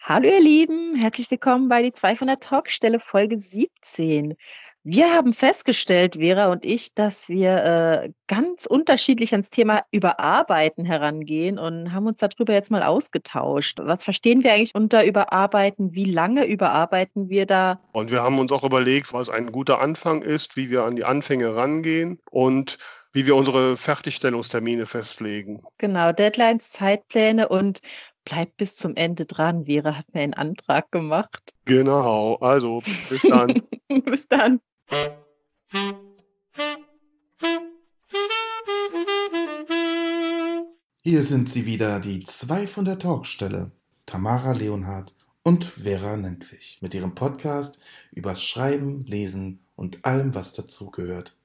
Hallo ihr Lieben, herzlich willkommen bei die 2 von der Talkstelle Folge 17. Wir haben festgestellt, Vera und ich, dass wir ganz unterschiedlich ans Thema Überarbeiten herangehen und haben uns darüber jetzt mal ausgetauscht. Was verstehen wir eigentlich unter Überarbeiten? Wie lange überarbeiten wir da? Und wir haben uns auch überlegt, was ein guter Anfang ist, wie wir an die Anfänge rangehen und wie wir unsere Fertigstellungstermine festlegen. Genau, Deadlines, Zeitpläne und bleibt bis zum Ende dran. Vera hat mir einen Antrag gemacht. Genau, also bis dann. Bis dann. Hier sind sie wieder, die 2 von der Talkstelle, Tamara Leonhardt und Vera Nentwich, mit ihrem Podcast übers Schreiben, Lesen und allem, was dazugehört.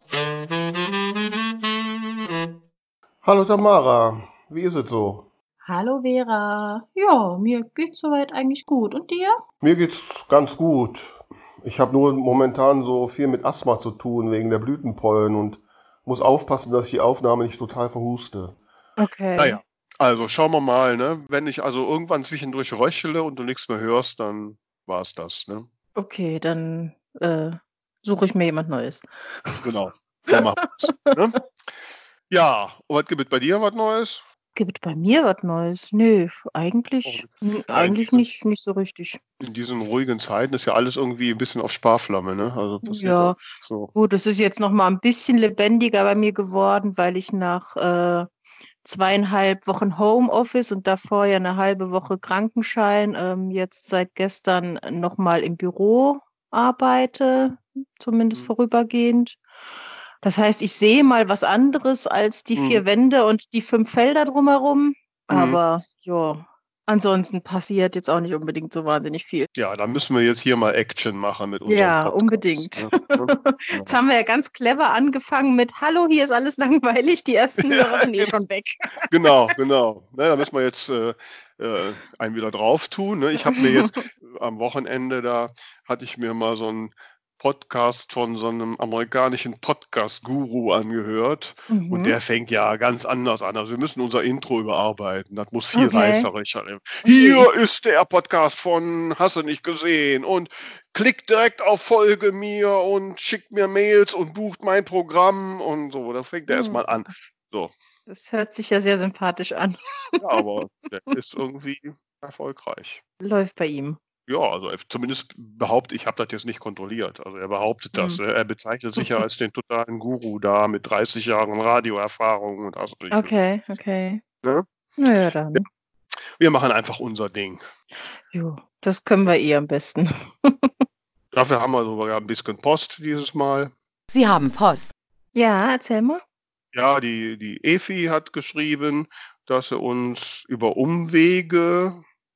Hallo Tamara, wie ist es so? Hallo Vera. Ja, mir geht's soweit eigentlich gut. Und dir? Mir geht's ganz gut. Ich habe nur momentan so viel mit Asthma zu tun wegen der Blütenpollen und muss aufpassen, dass ich die Aufnahme nicht total verhuste. Okay. Naja, also schauen wir mal, ne? Wenn ich also irgendwann zwischendurch röchele und du nichts mehr hörst, dann war's das, ne? Okay, dann suche ich mir jemand Neues. Genau, so machen wir's, ne? Ja, und was gibt es bei dir was Neues? Gibt bei mir was Neues? Nö, eigentlich nicht so richtig. In diesen ruhigen Zeiten ist ja alles irgendwie ein bisschen auf Sparflamme, ne? Also passiert Ja, auch so. gut, es ist jetzt noch mal ein bisschen lebendiger bei mir geworden, weil ich nach 2,5 Wochen Homeoffice und davor ja eine halbe Woche Krankenschein jetzt seit gestern noch mal im Büro arbeite, zumindest vorübergehend. Das heißt, ich sehe mal was anderes als die 4 Wände und die 5 Felder drumherum. Aber ja, ansonsten passiert jetzt auch nicht unbedingt so wahnsinnig viel. Ja, da müssen wir jetzt hier mal Action machen mit unserem Ja, Podcast. unbedingt. Ne? Jetzt haben wir ja ganz clever angefangen mit Hallo, hier ist alles langweilig. Die ersten Hörer sind eh schon weg. Genau. Ne, da müssen wir jetzt einen wieder drauf tun. Ne? Ich habe mir jetzt am Wochenende, da hatte ich mir mal so einen Podcast von so einem amerikanischen Podcast-Guru angehört. Und der fängt ja ganz anders an. Also wir müssen unser Intro überarbeiten. Das muss viel reißerischer sein. Hier ist der Podcast von Hast du nicht gesehen und klickt direkt auf Folge mir und schickt mir Mails und bucht mein Programm und so. Da fängt er erstmal an. So. Das hört sich ja sehr sympathisch an. Ja, aber der ist irgendwie erfolgreich. Läuft bei ihm. Ja, also zumindest behauptet, ich habe das jetzt nicht kontrolliert. Also er behauptet das. Er bezeichnet sich ja als den totalen Guru da mit 30 Jahren Radioerfahrung und hast du nicht Okay. Ne? Naja, dann. Ja. Wir machen einfach unser Ding. Jo, das können wir eh am besten. Dafür haben wir sogar ein bisschen Post dieses Mal. Sie haben Post. Ja, erzähl mal. Ja, die Efi hat geschrieben, dass sie uns über Umwege,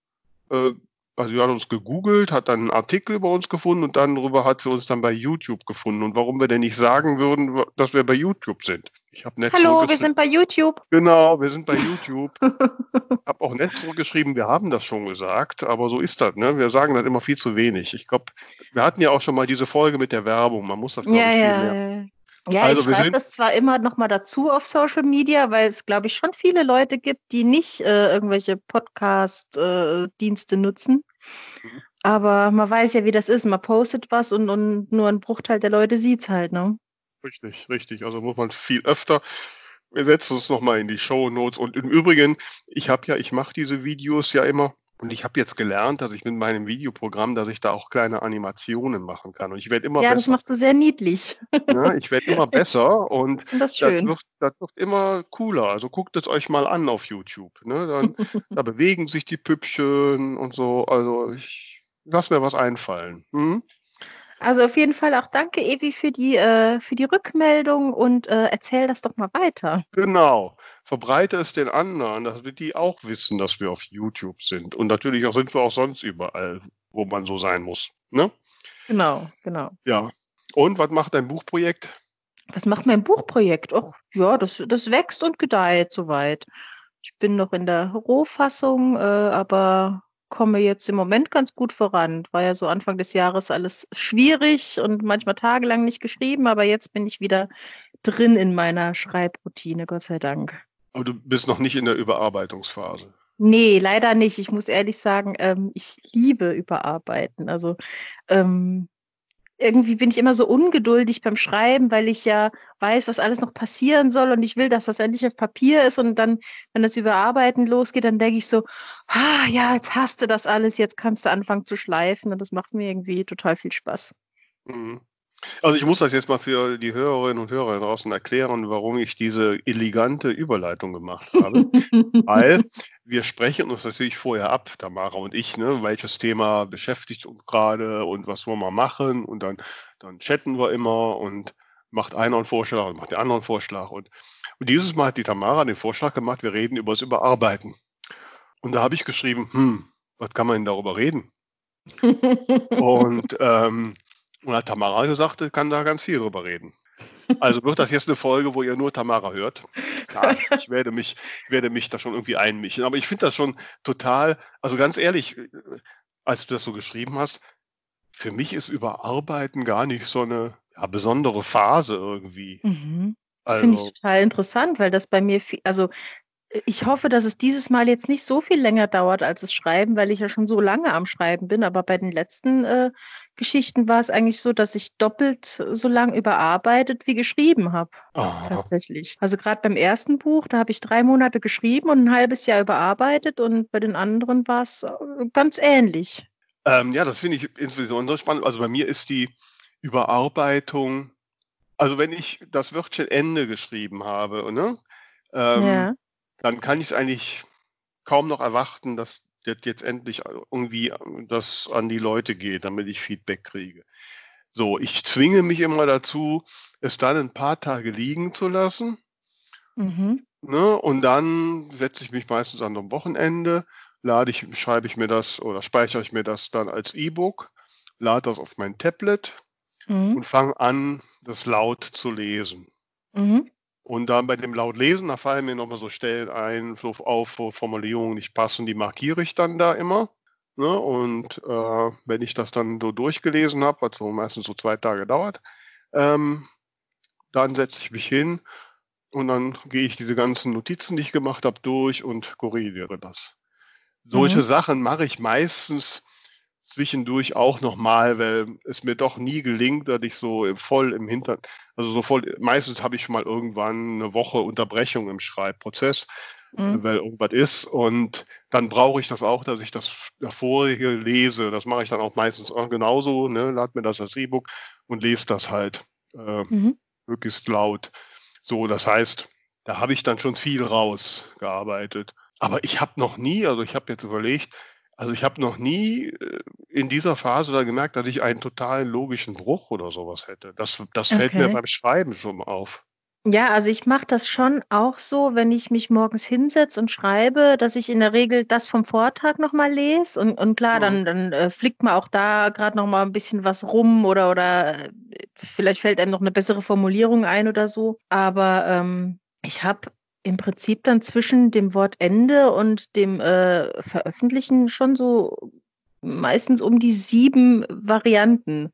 also sie hat uns gegoogelt, hat dann einen Artikel über uns gefunden und dann darüber hat sie uns dann bei YouTube gefunden. Und warum wir denn nicht sagen würden, dass wir bei YouTube sind. Ich habe nett Hallo, wir sind bei YouTube. Genau, wir sind bei YouTube. Habe auch nett zurückgeschrieben, wir haben das schon gesagt, aber so ist das, ne? Wir sagen das immer viel zu wenig. Ich glaube, wir hatten ja auch schon mal diese Folge mit der Werbung. Man muss das, glaube ich, viel mehr. Ja, Also ich wir schreibe sind- das zwar immer noch mal dazu auf Social Media, weil es, glaube ich, schon viele Leute gibt, die nicht irgendwelche Podcast-Dienste nutzen. Aber man weiß ja, wie das ist. Man postet was und nur ein Bruchteil der Leute sieht's halt, ne? Richtig. Also muss man viel öfter. Wir setzen es nochmal in die Shownotes. Und im Übrigen, ich mache diese Videos ja immer. Und ich habe jetzt gelernt, dass ich mit meinem Videoprogramm, dass ich da auch kleine Animationen machen kann. Und ich werde immer Ja, das besser. machst du sehr niedlich. Ne? Ich werde immer besser und Das ist schön. das wird immer cooler. Also guckt es euch mal an auf YouTube. Ne? Da bewegen sich die Püppchen und so. Also ich lass mir was einfallen. Also auf jeden Fall auch danke, Evi, für die Rückmeldung und erzähl das doch mal weiter. Genau. Verbreite es den anderen, dass die auch wissen, dass wir auf YouTube sind. Und natürlich sind wir auch sonst überall, wo man so sein muss. Ne? Genau. Ja. Und was macht dein Buchprojekt? Was macht mein Buchprojekt? Och, ja, das wächst und gedeiht soweit. Ich bin noch in der Rohfassung, aber komme jetzt im Moment ganz gut voran. War ja so Anfang des Jahres alles schwierig und manchmal tagelang nicht geschrieben, aber jetzt bin ich wieder drin in meiner Schreibroutine, Gott sei Dank. Aber du bist noch nicht in der Überarbeitungsphase. Nee, leider nicht. Ich muss ehrlich sagen, ich liebe Überarbeiten. Also irgendwie bin ich immer so ungeduldig beim Schreiben, weil ich ja weiß, was alles noch passieren soll und ich will, dass das endlich auf Papier ist und dann, wenn das Überarbeiten losgeht, dann denke ich so, ja, jetzt hast du das alles, jetzt kannst du anfangen zu schleifen und das macht mir irgendwie total viel Spaß. Mhm. Also ich muss das jetzt mal für die Hörerinnen und Hörer draußen erklären, warum ich diese elegante Überleitung gemacht habe. Weil wir sprechen uns natürlich vorher ab, Tamara und ich, ne, welches Thema beschäftigt uns gerade und was wollen wir machen und dann chatten wir immer und macht einer einen Vorschlag und macht der andere einen Vorschlag. Und dieses Mal hat die Tamara den Vorschlag gemacht, wir reden über das Überarbeiten. Und da habe ich geschrieben, was kann man denn darüber reden? Und hat Tamara gesagt, kann da ganz viel drüber reden. Also wird das jetzt eine Folge, wo ihr nur Tamara hört. Klar, ich werde mich da schon irgendwie einmischen. Aber ich finde das schon total, also ganz ehrlich, als du das so geschrieben hast, für mich ist Überarbeiten gar nicht so eine besondere Phase irgendwie. Das finde ich Also, total interessant, weil das bei mir also ich hoffe, dass es dieses Mal jetzt nicht so viel länger dauert als das Schreiben, weil ich ja schon so lange am Schreiben bin. Aber bei den letzten Geschichten war es eigentlich so, dass ich doppelt so lang überarbeitet wie geschrieben habe. Tatsächlich. Also gerade beim ersten Buch, da habe ich 3 Monate geschrieben und ein halbes Jahr überarbeitet und bei den anderen war es ganz ähnlich. ja, das finde ich insbesondere spannend. Also bei mir ist die Überarbeitung, also wenn ich das Wörtchen Ende geschrieben habe, ne, Ja. dann kann ich es eigentlich kaum noch erwarten, dass das jetzt endlich irgendwie das an die Leute geht, damit ich Feedback kriege. So, ich zwinge mich immer dazu, es dann ein paar Tage liegen zu lassen, Mhm. ne? Und dann setze ich mich meistens an einem Wochenende, schreibe ich mir das oder speichere ich mir das dann als E-Book, lade das auf mein Tablet Mhm. und fange an, das laut zu lesen. Mhm. Und dann bei dem Lautlesen, da fallen mir nochmal so Stellen ein, so auf, wo Formulierungen nicht passen, die markiere ich dann da immer. Ne? Und wenn ich das dann so durchgelesen habe, was so meistens so 2 Tage dauert, ähm, dann setze ich mich hin und dann gehe ich diese ganzen Notizen, die ich gemacht habe, durch und korrigiere das. Solche Mhm. Sachen mache ich meistens zwischendurch auch nochmal, weil es mir doch nie gelingt, dass ich so voll im also so voll, meistens habe ich mal irgendwann eine Woche Unterbrechung im Schreibprozess, Mhm. weil irgendwas ist und dann brauche ich das auch, dass ich das vorige lese. Das mache ich dann auch meistens auch genauso, ne, lade mir das als E-Book und lese das halt Mhm. möglichst laut. So, das heißt, da habe ich dann schon viel rausgearbeitet. Aber ich habe noch nie, also ich habe jetzt überlegt, also ich habe noch nie in dieser Phase da gemerkt, dass ich einen totalen logischen Bruch oder sowas hätte. Das fällt mir Okay. beim Schreiben schon auf. Ja, also ich mache das schon auch so, wenn ich mich morgens hinsetze und schreibe, dass ich in der Regel das vom Vortag nochmal lese. Und klar, Mhm. dann flickt man auch da gerade nochmal ein bisschen was rum oder vielleicht fällt einem noch eine bessere Formulierung ein oder so. Aber ich habe im Prinzip dann zwischen dem Wort Ende und dem Veröffentlichen schon so meistens um die 7 Varianten.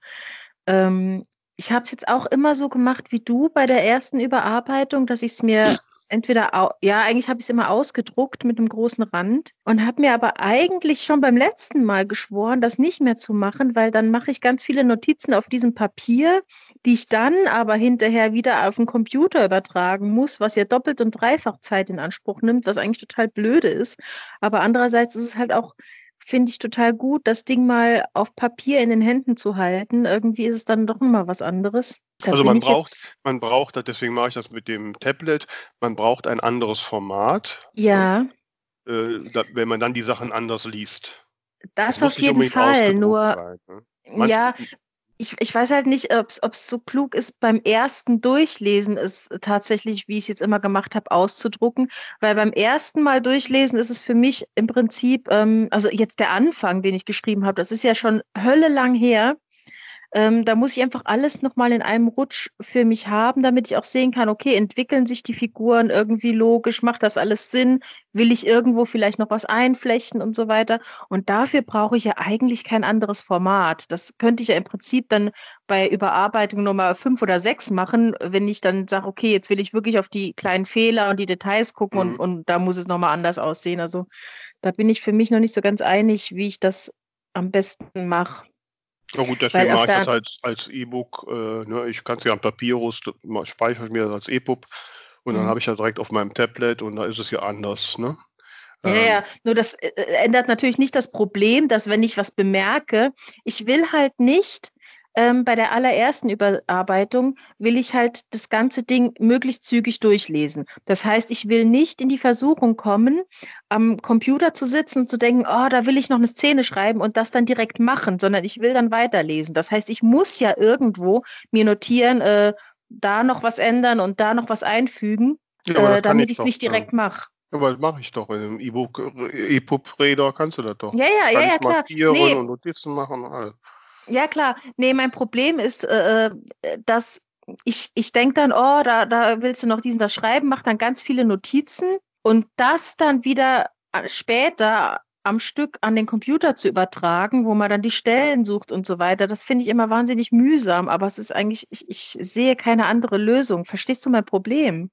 Ähm, Ich habe es jetzt auch immer so gemacht wie du bei der ersten Überarbeitung, dass ich es mir eigentlich habe ich es immer ausgedruckt mit einem großen Rand und habe mir aber eigentlich schon beim letzten Mal geschworen, das nicht mehr zu machen, weil dann mache ich ganz viele Notizen auf diesem Papier, die ich dann aber hinterher wieder auf den Computer übertragen muss, was ja doppelt und dreifach Zeit in Anspruch nimmt, was eigentlich total blöde ist. Aber andererseits ist es halt auch, finde ich, total gut, das Ding mal auf Papier in den Händen zu halten. Irgendwie ist es dann doch immer was anderes. Da Also bin ich jetzt, man braucht, deswegen mache ich das mit dem Tablet, man braucht ein anderes Format, ne? ja, Wenn man dann die Sachen anders liest. Das das muss auf nicht jeden unbedingt Fall. ausgedruckt Nur, sein. Ne? ja, ich weiß halt nicht, ob es so klug ist, beim ersten Durchlesen es tatsächlich, wie ich es jetzt immer gemacht habe, auszudrucken. Weil beim ersten Mal durchlesen ist es für mich im Prinzip, also jetzt der Anfang, den ich geschrieben habe, das ist ja schon höllelang her. Da muss ich einfach alles nochmal in einem Rutsch für mich haben, damit ich auch sehen kann, okay, entwickeln sich die Figuren irgendwie logisch, macht das alles Sinn, will ich irgendwo vielleicht noch was einflechten und so weiter. Und dafür brauche ich ja eigentlich kein anderes Format. Das könnte ich ja im Prinzip dann bei Überarbeitung Nummer 5 oder 6 machen, wenn ich dann sage, okay, jetzt will ich wirklich auf die kleinen Fehler und die Details gucken und da muss es nochmal anders aussehen. Also da bin ich für mich noch nicht so ganz einig, wie ich das am besten mache. Na gut, deswegen mache ich das als E-Book. Ne? Ich kann es ja am Papyrus, speichere ich mir das als EPUB und dann habe ich ja direkt auf meinem Tablet und da ist es ja anders. Ne? Ja, nur das ändert natürlich nicht das Problem, dass wenn ich was bemerke, ich will halt nicht bei der allerersten Überarbeitung, will ich halt das ganze Ding möglichst zügig durchlesen. Das heißt, ich will nicht in die Versuchung kommen, am Computer zu sitzen und zu denken, oh, da will ich noch eine Szene schreiben und das dann direkt machen, sondern ich will dann weiterlesen. Das heißt, ich muss ja irgendwo mir notieren, da noch was ändern und da noch was einfügen, damit ich es nicht direkt mache. Aber das mache ich doch. In einem E-Book, EPUB-Reader kannst du das doch. Ja, klar. Markieren und Notizen machen und alles. Ja, klar. Nee, mein Problem ist, dass ich denke dann, oh, da willst du noch das schreiben, mach dann ganz viele Notizen und das dann wieder später am Stück an den Computer zu übertragen, wo man dann die Stellen sucht und so weiter, das finde ich immer wahnsinnig mühsam, aber es ist eigentlich, ich sehe keine andere Lösung. Verstehst du mein Problem?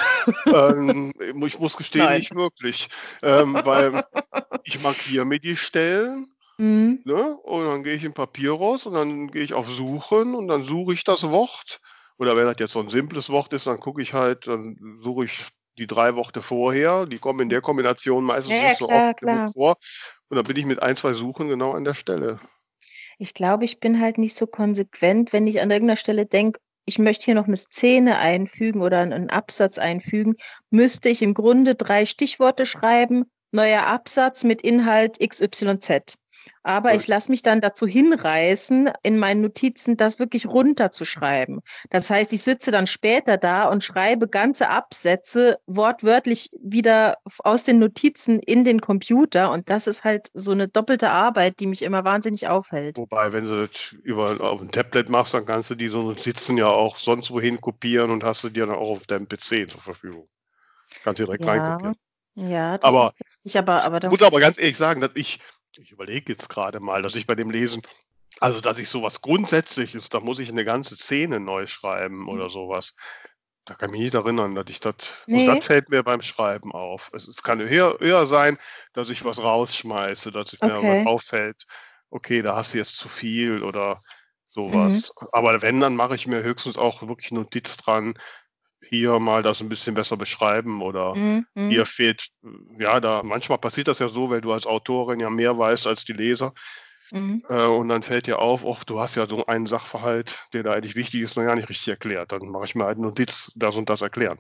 Ich muss gestehen, nicht wirklich, weil ich markiere mir die Stellen. Ne? Und dann gehe ich in Papyrus und dann gehe ich auf Suchen und dann suche ich das Wort. Oder wenn das jetzt so ein simples Wort ist, dann gucke ich halt, dann suche ich die 3 Worte vorher. Die kommen in der Kombination meistens nicht so oft genug vor. Und dann bin ich mit 1, 2 Suchen genau an der Stelle. Ich glaube, ich bin halt nicht so konsequent, wenn ich an irgendeiner Stelle denke, ich möchte hier noch eine Szene einfügen oder einen Absatz einfügen, müsste ich im Grunde 3 Stichworte schreiben, neuer Absatz mit Inhalt XYZ. Aber ich lasse mich dann dazu hinreißen, in meinen Notizen das wirklich runterzuschreiben. Das heißt, ich sitze dann später da und schreibe ganze Absätze wortwörtlich wieder aus den Notizen in den Computer. Und das ist halt so eine doppelte Arbeit, die mich immer wahnsinnig aufhält. Wobei, wenn du das auf ein Tablet machst, dann kannst du die so Notizen ja auch sonst wohin kopieren und hast du dir dann auch auf deinem PC zur Verfügung. Kannst du direkt reinkopieren. Ja, das ist richtig. Aber ich muss aber ganz ehrlich sagen, dass ich überlege jetzt gerade mal, dass ich bei dem Lesen, also dass ich sowas Grundsätzliches, da muss ich eine ganze Szene neu schreiben oder sowas. Da kann ich mich nicht erinnern, dass ich das, das fällt mir beim Schreiben auf. Es kann eher sein, dass ich was rausschmeiße, dass ich mir was auffällt, okay, da hast du jetzt zu viel oder sowas. Aber wenn, dann mache ich mir höchstens auch wirklich Notiz dran, hier mal das ein bisschen besser beschreiben oder hier fehlt, da manchmal passiert das ja so, weil du als Autorin ja mehr weißt als die Leser und dann fällt dir auf, du hast ja so einen Sachverhalt, der da eigentlich wichtig ist, noch gar nicht richtig erklärt. Dann mache ich mir halt eine Notiz, das und das erklären.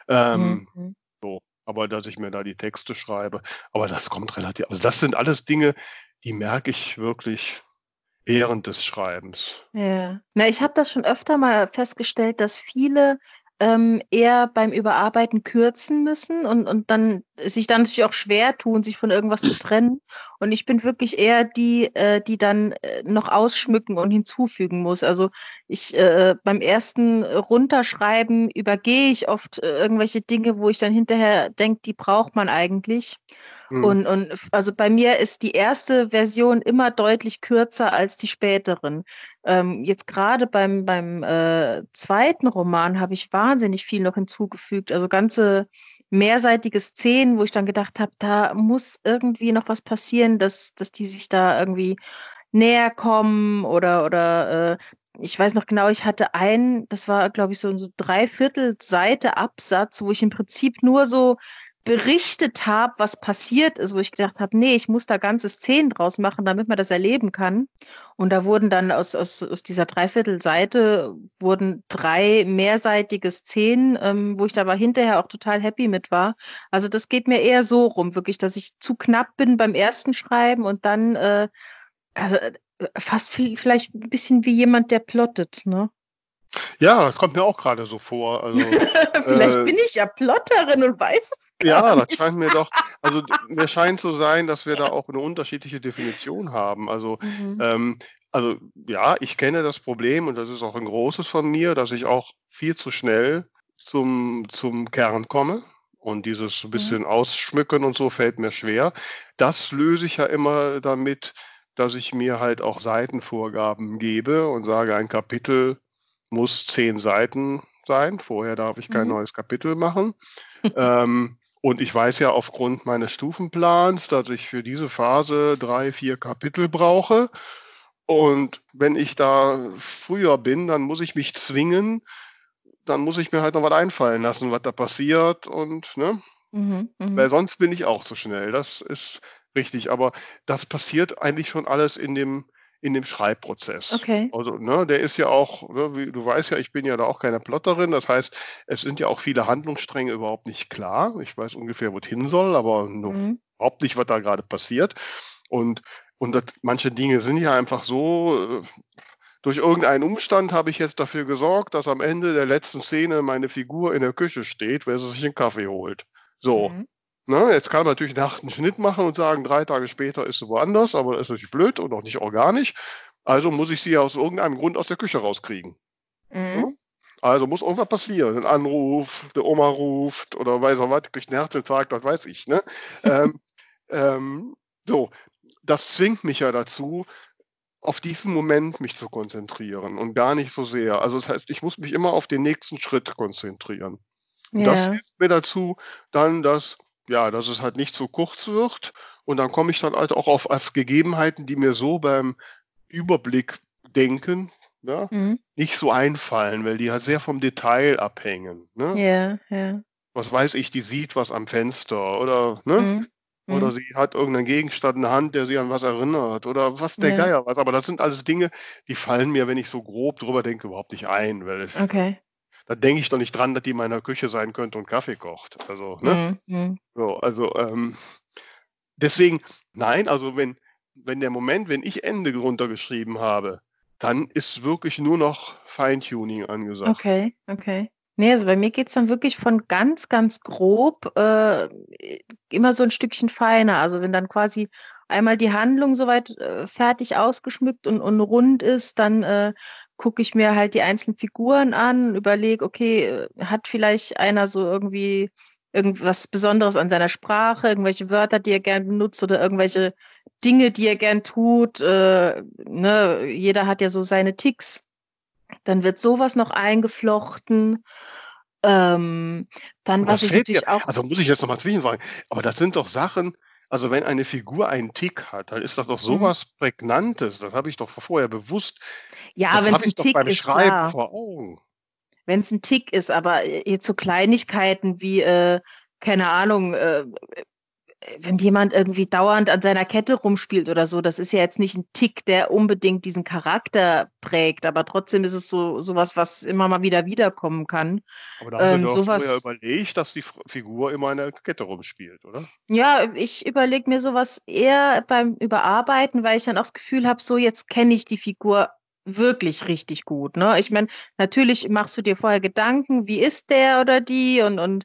So, aber dass ich mir da die Texte schreibe, aber das kommt relativ, also das sind alles Dinge, die merke ich wirklich während des Schreibens. Ja, ich habe das schon öfter mal festgestellt, dass viele eher beim Überarbeiten kürzen müssen und dann sich dann natürlich auch schwer tun, sich von irgendwas zu trennen. Und ich bin wirklich eher die dann noch ausschmücken und hinzufügen muss. Also ich beim ersten Runterschreiben übergehe ich oft irgendwelche Dinge, wo ich dann hinterher denke, die braucht man eigentlich. Und also bei mir ist die erste Version immer deutlich kürzer als die späteren. Jetzt gerade beim zweiten Roman habe ich wahnsinnig viel noch hinzugefügt. Also ganze mehrseitige Szenen, wo ich dann gedacht habe, da muss irgendwie noch was passieren, dass die sich da irgendwie näher kommen oder ich weiß noch genau, ich hatte das war, glaube ich, so 3/4 Seite Absatz, wo ich im Prinzip nur so berichtet habe, was passiert ist, wo ich gedacht habe, nee, ich muss da ganze Szenen draus machen, damit man das erleben kann. Und da wurden dann aus dieser 3/4 Seite wurden 3 mehrseitige Szenen, wo ich aber hinterher auch total happy mit war. Also das geht mir eher so rum, wirklich, dass ich zu knapp bin beim ersten Schreiben und dann fast vielleicht ein bisschen wie jemand, der plottet, ne? Ja, das kommt mir auch gerade so vor. Also, Vielleicht bin ich ja Plotterin und weiß es gar ja, nicht. Das scheint mir doch. also mir scheint zu sein, dass wir da auch eine unterschiedliche Definition haben. Also ja, ich kenne das Problem und das ist auch ein großes von mir, dass ich auch viel zu schnell zum Kern komme. Und dieses bisschen Ausschmücken und so fällt mir schwer. Das löse ich ja immer damit, dass ich mir halt auch Seitenvorgaben gebe und sage, ein Kapitel muss 10 Seiten sein. Vorher darf ich kein neues Kapitel machen. Und ich weiß ja aufgrund meines Stufenplans, dass ich für diese Phase 3, 4 Kapitel brauche. Und wenn ich da früher bin, dann muss ich mich zwingen, dann muss ich mir halt noch was einfallen lassen, was da passiert und, ne? Weil sonst bin ich auch zu schnell. Das ist richtig. Aber das passiert eigentlich schon alles in dem Schreibprozess. Okay. Also, ne, der ist ja auch, ne, wie du weißt ja, ich bin ja da auch keine Plotterin. Das heißt, es sind ja auch viele Handlungsstränge überhaupt nicht klar. Ich weiß ungefähr, wo es hin soll, aber überhaupt nicht, was da gerade passiert. Und manche Dinge sind ja einfach so, durch irgendeinen Umstand habe ich jetzt dafür gesorgt, dass am Ende der letzten Szene meine Figur in der Küche steht, weil sie sich einen Kaffee holt. So. Ne, jetzt kann man natürlich nachts einen Schnitt machen und sagen, 3 Tage später ist sie woanders, aber das ist natürlich blöd und auch nicht organisch. Also muss ich sie aus irgendeinem Grund aus der Küche rauskriegen. Ne? Also muss irgendwas passieren. Ein Anruf, der Oma ruft oder weiß auch was, kriegt einen Herzinfarkt, das weiß ich. Ne? So, das zwingt mich ja dazu, auf diesen Moment mich zu konzentrieren und gar nicht so sehr. Also das heißt, ich muss mich immer auf den nächsten Schritt konzentrieren. Und das hilft mir dazu, dann, dass es halt nicht so kurz wird. Und dann komme ich dann halt auch auf Gegebenheiten, die mir so beim Überblick denken, nicht so einfallen, weil die halt sehr vom Detail abhängen. Ne? Ja. Was weiß ich, die sieht was am Fenster oder, ne? Oder sie hat irgendeinen Gegenstand in der Hand, der sie an was erinnert oder was der Geier was. Aber das sind alles Dinge, die fallen mir, wenn ich so grob drüber denke, überhaupt nicht ein. Weil da denke ich doch nicht dran, dass die in meiner Küche sein könnte und Kaffee kocht. Also, ne? So, also, deswegen, nein, also wenn der Moment, wenn ich Ende runtergeschrieben habe, dann ist wirklich nur noch Feintuning angesagt. Okay. Nee, also bei mir geht's dann wirklich von ganz, ganz grob immer so ein Stückchen feiner. Also wenn dann quasi einmal die Handlung soweit fertig ausgeschmückt und rund ist, dann gucke ich mir halt die einzelnen Figuren an, überlege, okay, hat vielleicht einer so irgendwie irgendwas Besonderes an seiner Sprache, irgendwelche Wörter, die er gern benutzt oder irgendwelche Dinge, die er gern tut. Ne? Jeder hat ja so seine Ticks. Dann wird sowas noch eingeflochten. Dann, was ich natürlich auch. Also muss ich jetzt nochmal zwischenfragen, aber das sind doch Sachen, also wenn eine Figur einen Tick hat, dann ist das doch sowas Prägnantes. Das habe ich doch vorher bewusst. Ja, wenn es ein Tick ist, klar. Vor Augen. Wenn es ein Tick ist, aber jetzt so Kleinigkeiten wie, keine Ahnung, wenn jemand irgendwie dauernd an seiner Kette rumspielt oder so, das ist ja jetzt nicht ein Tick, der unbedingt diesen Charakter prägt, aber trotzdem ist es sowas, was immer mal wieder wiederkommen kann. Aber da haben Sie doch vorher überlegt, dass die Figur immer an der Kette rumspielt, oder? Ja, ich überlege mir sowas eher beim Überarbeiten, weil ich dann auch das Gefühl habe, so jetzt kenne ich die Figur wirklich richtig gut. Ne? Ich meine, natürlich machst du dir vorher Gedanken, wie ist der oder die und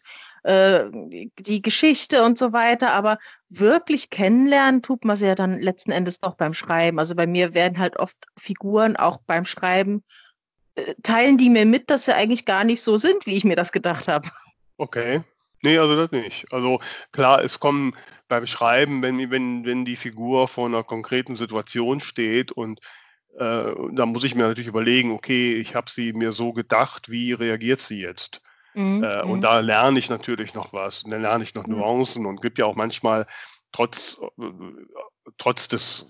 die Geschichte und so weiter, aber wirklich kennenlernen tut man sie ja dann letzten Endes doch beim Schreiben. Also bei mir werden halt oft Figuren auch beim Schreiben, teilen die mir mit, dass sie eigentlich gar nicht so sind, wie ich mir das gedacht habe. Okay. Nee, also das nicht. Also klar, es kommen beim Schreiben, wenn die Figur vor einer konkreten Situation steht und da muss ich mir natürlich überlegen, okay, ich habe sie mir so gedacht, wie reagiert sie jetzt? Und da lerne ich natürlich noch was. Und dann lerne ich noch Nuancen und gibt ja auch manchmal trotz des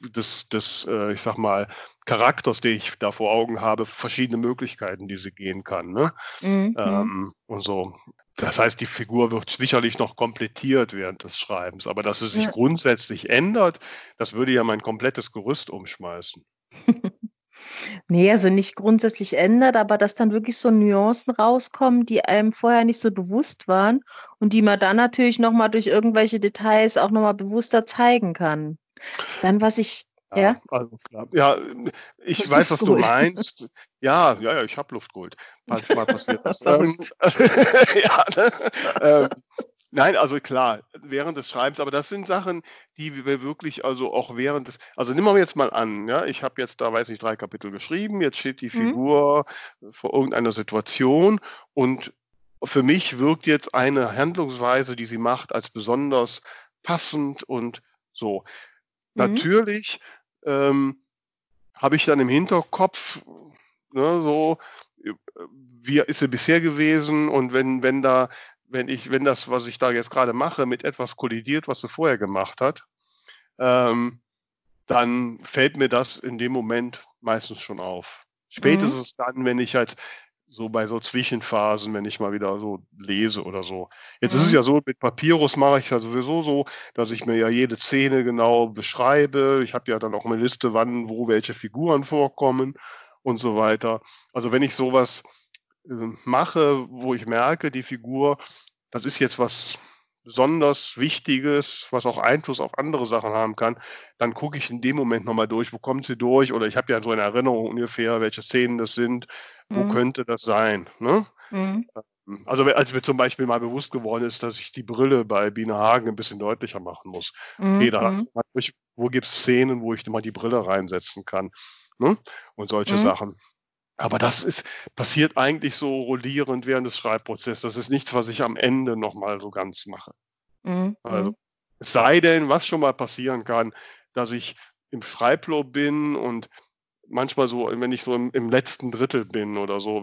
ich sag mal, Charakters, den ich da vor Augen habe, verschiedene Möglichkeiten, die sie gehen kann. Ne? Und so. Das heißt, die Figur wird sicherlich noch komplettiert während des Schreibens, aber dass es sich grundsätzlich ändert, das würde ja mein komplettes Gerüst umschmeißen. Nee, also nicht grundsätzlich ändert, aber dass dann wirklich so Nuancen rauskommen, die einem vorher nicht so bewusst waren und die man dann natürlich nochmal durch irgendwelche Details auch nochmal bewusster zeigen kann. Dann, was ich, ja? Also klar. Ja, ich weiß, was du meinst. Ja, ich habe Luft geholt. Manchmal passiert das. Ja, ne? Nein, also klar, während des Schreibens, aber das sind Sachen, die wir wirklich also auch während des, also nehmen wir jetzt mal an, ja, ich habe jetzt da, weiß nicht, 3 Kapitel geschrieben, jetzt steht die Mhm. Figur vor irgendeiner Situation und für mich wirkt jetzt eine Handlungsweise, die sie macht, als besonders passend und so. Mhm. Natürlich habe ich dann im Hinterkopf, ne, so, wie ist sie bisher gewesen und wenn das, was ich da jetzt gerade mache, mit etwas kollidiert, was sie vorher gemacht hat, ähm, dann fällt mir das in dem Moment meistens schon auf. Mhm. Spätestens dann, wenn ich halt so bei so Zwischenphasen, wenn ich mal wieder so lese oder so. Jetzt ist es Mhm. ja so, mit Papyrus mache ich ja sowieso so, dass ich mir ja jede Szene genau beschreibe. Ich habe ja dann auch eine Liste, wann, wo welche Figuren vorkommen und so weiter. Also wenn ich sowas mache, wo ich merke, die Figur, das ist jetzt was besonders Wichtiges, was auch Einfluss auf andere Sachen haben kann, dann gucke ich in dem Moment nochmal durch, wo kommt sie durch? Oder ich habe ja so eine Erinnerung ungefähr, welche Szenen das sind, wo Mhm. könnte das sein? Ne? Mhm. Also als mir zum Beispiel mal bewusst geworden ist, dass ich die Brille bei Biene Hagen ein bisschen deutlicher machen muss. Okay, Mhm. da Mhm. wo gibt es Szenen, wo ich mal die Brille reinsetzen kann, ne? Und solche Mhm. Sachen. Aber das passiert eigentlich so rollierend während des Schreibprozesses. Das ist nichts, was ich am Ende nochmal so ganz mache. Mhm. Also, Mhm. es sei denn, was schon mal passieren kann, dass ich im Schreibflow bin und manchmal so, wenn ich so im letzten Drittel bin oder so,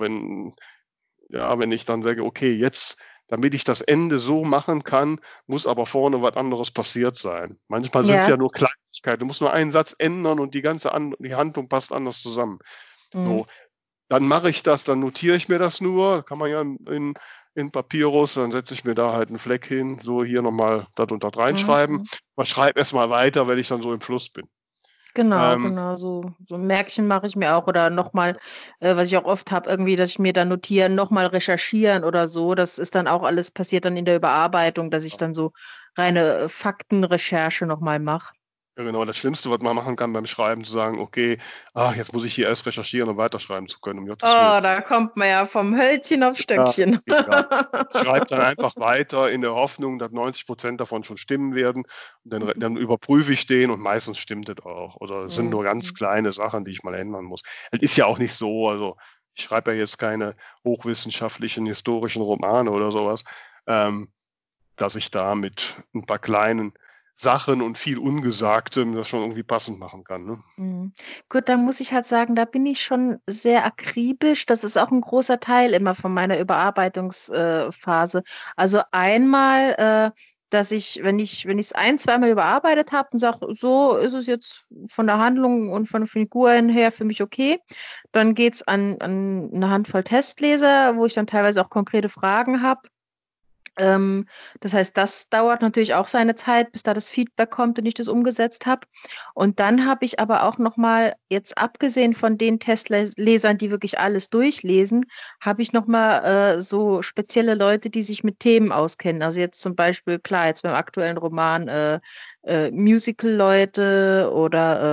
wenn ich dann sage, okay, jetzt, damit ich das Ende so machen kann, muss aber vorne was anderes passiert sein. Manchmal sind es Ja. ja nur Kleinigkeiten. Du musst nur einen Satz ändern und die Handlung passt anders zusammen. Mhm. So, dann mache ich das, dann notiere ich mir das nur, kann man ja in Papyrus, dann setze ich mir da halt einen Fleck hin, so hier nochmal das und das Mhm. reinschreiben. Mhm. Man schreibt erstmal weiter, wenn ich dann so im Fluss bin. Genau, Ähm, genau, so ein Märkchen mache ich mir auch oder nochmal, was ich auch oft habe, irgendwie, dass ich mir dann notieren, nochmal recherchieren oder so. Das ist dann auch alles passiert dann in der Überarbeitung, dass ich dann so reine Faktenrecherche nochmal mache. ja, genau, das Schlimmste, was man machen kann beim Schreiben, zu sagen, okay, jetzt muss ich hier erst recherchieren, um weiterschreiben zu können, um Gottes Willen. Oh, da kommt man ja vom Hölzchen auf Ja, Stöckchen. geht gar nicht. Ich schreibe dann einfach weiter in der Hoffnung, dass 90% davon schon stimmen werden. Und dann überprüfe ich den und meistens stimmt es auch. Oder es sind nur ganz Mhm. kleine Sachen, die ich mal ändern muss. Es ist ja auch nicht so, also ich schreibe ja jetzt keine hochwissenschaftlichen historischen Romane oder sowas, ähm, dass ich da mit ein paar kleinen Sachen und viel Ungesagtem das schon irgendwie passend machen kann. Ne? Mhm. Gut, dann muss ich halt sagen, da bin ich schon sehr akribisch. Das ist auch ein großer Teil immer von meiner Überarbeitungsphase. Also einmal, dass ich, wenn ich es ein, zweimal überarbeitet habe und sage, so ist es jetzt von der Handlung und von den Figuren her für mich okay, dann geht's an eine Handvoll Testleser, wo ich dann teilweise auch konkrete Fragen habe. Das heißt, das dauert natürlich auch seine Zeit, bis da das Feedback kommt und ich das umgesetzt habe. Und dann habe ich aber auch noch mal, jetzt abgesehen von den Testlesern, die wirklich alles durchlesen, habe ich noch mal so spezielle Leute, die sich mit Themen auskennen. Also jetzt zum Beispiel, klar, jetzt beim aktuellen Roman Musical-Leute oder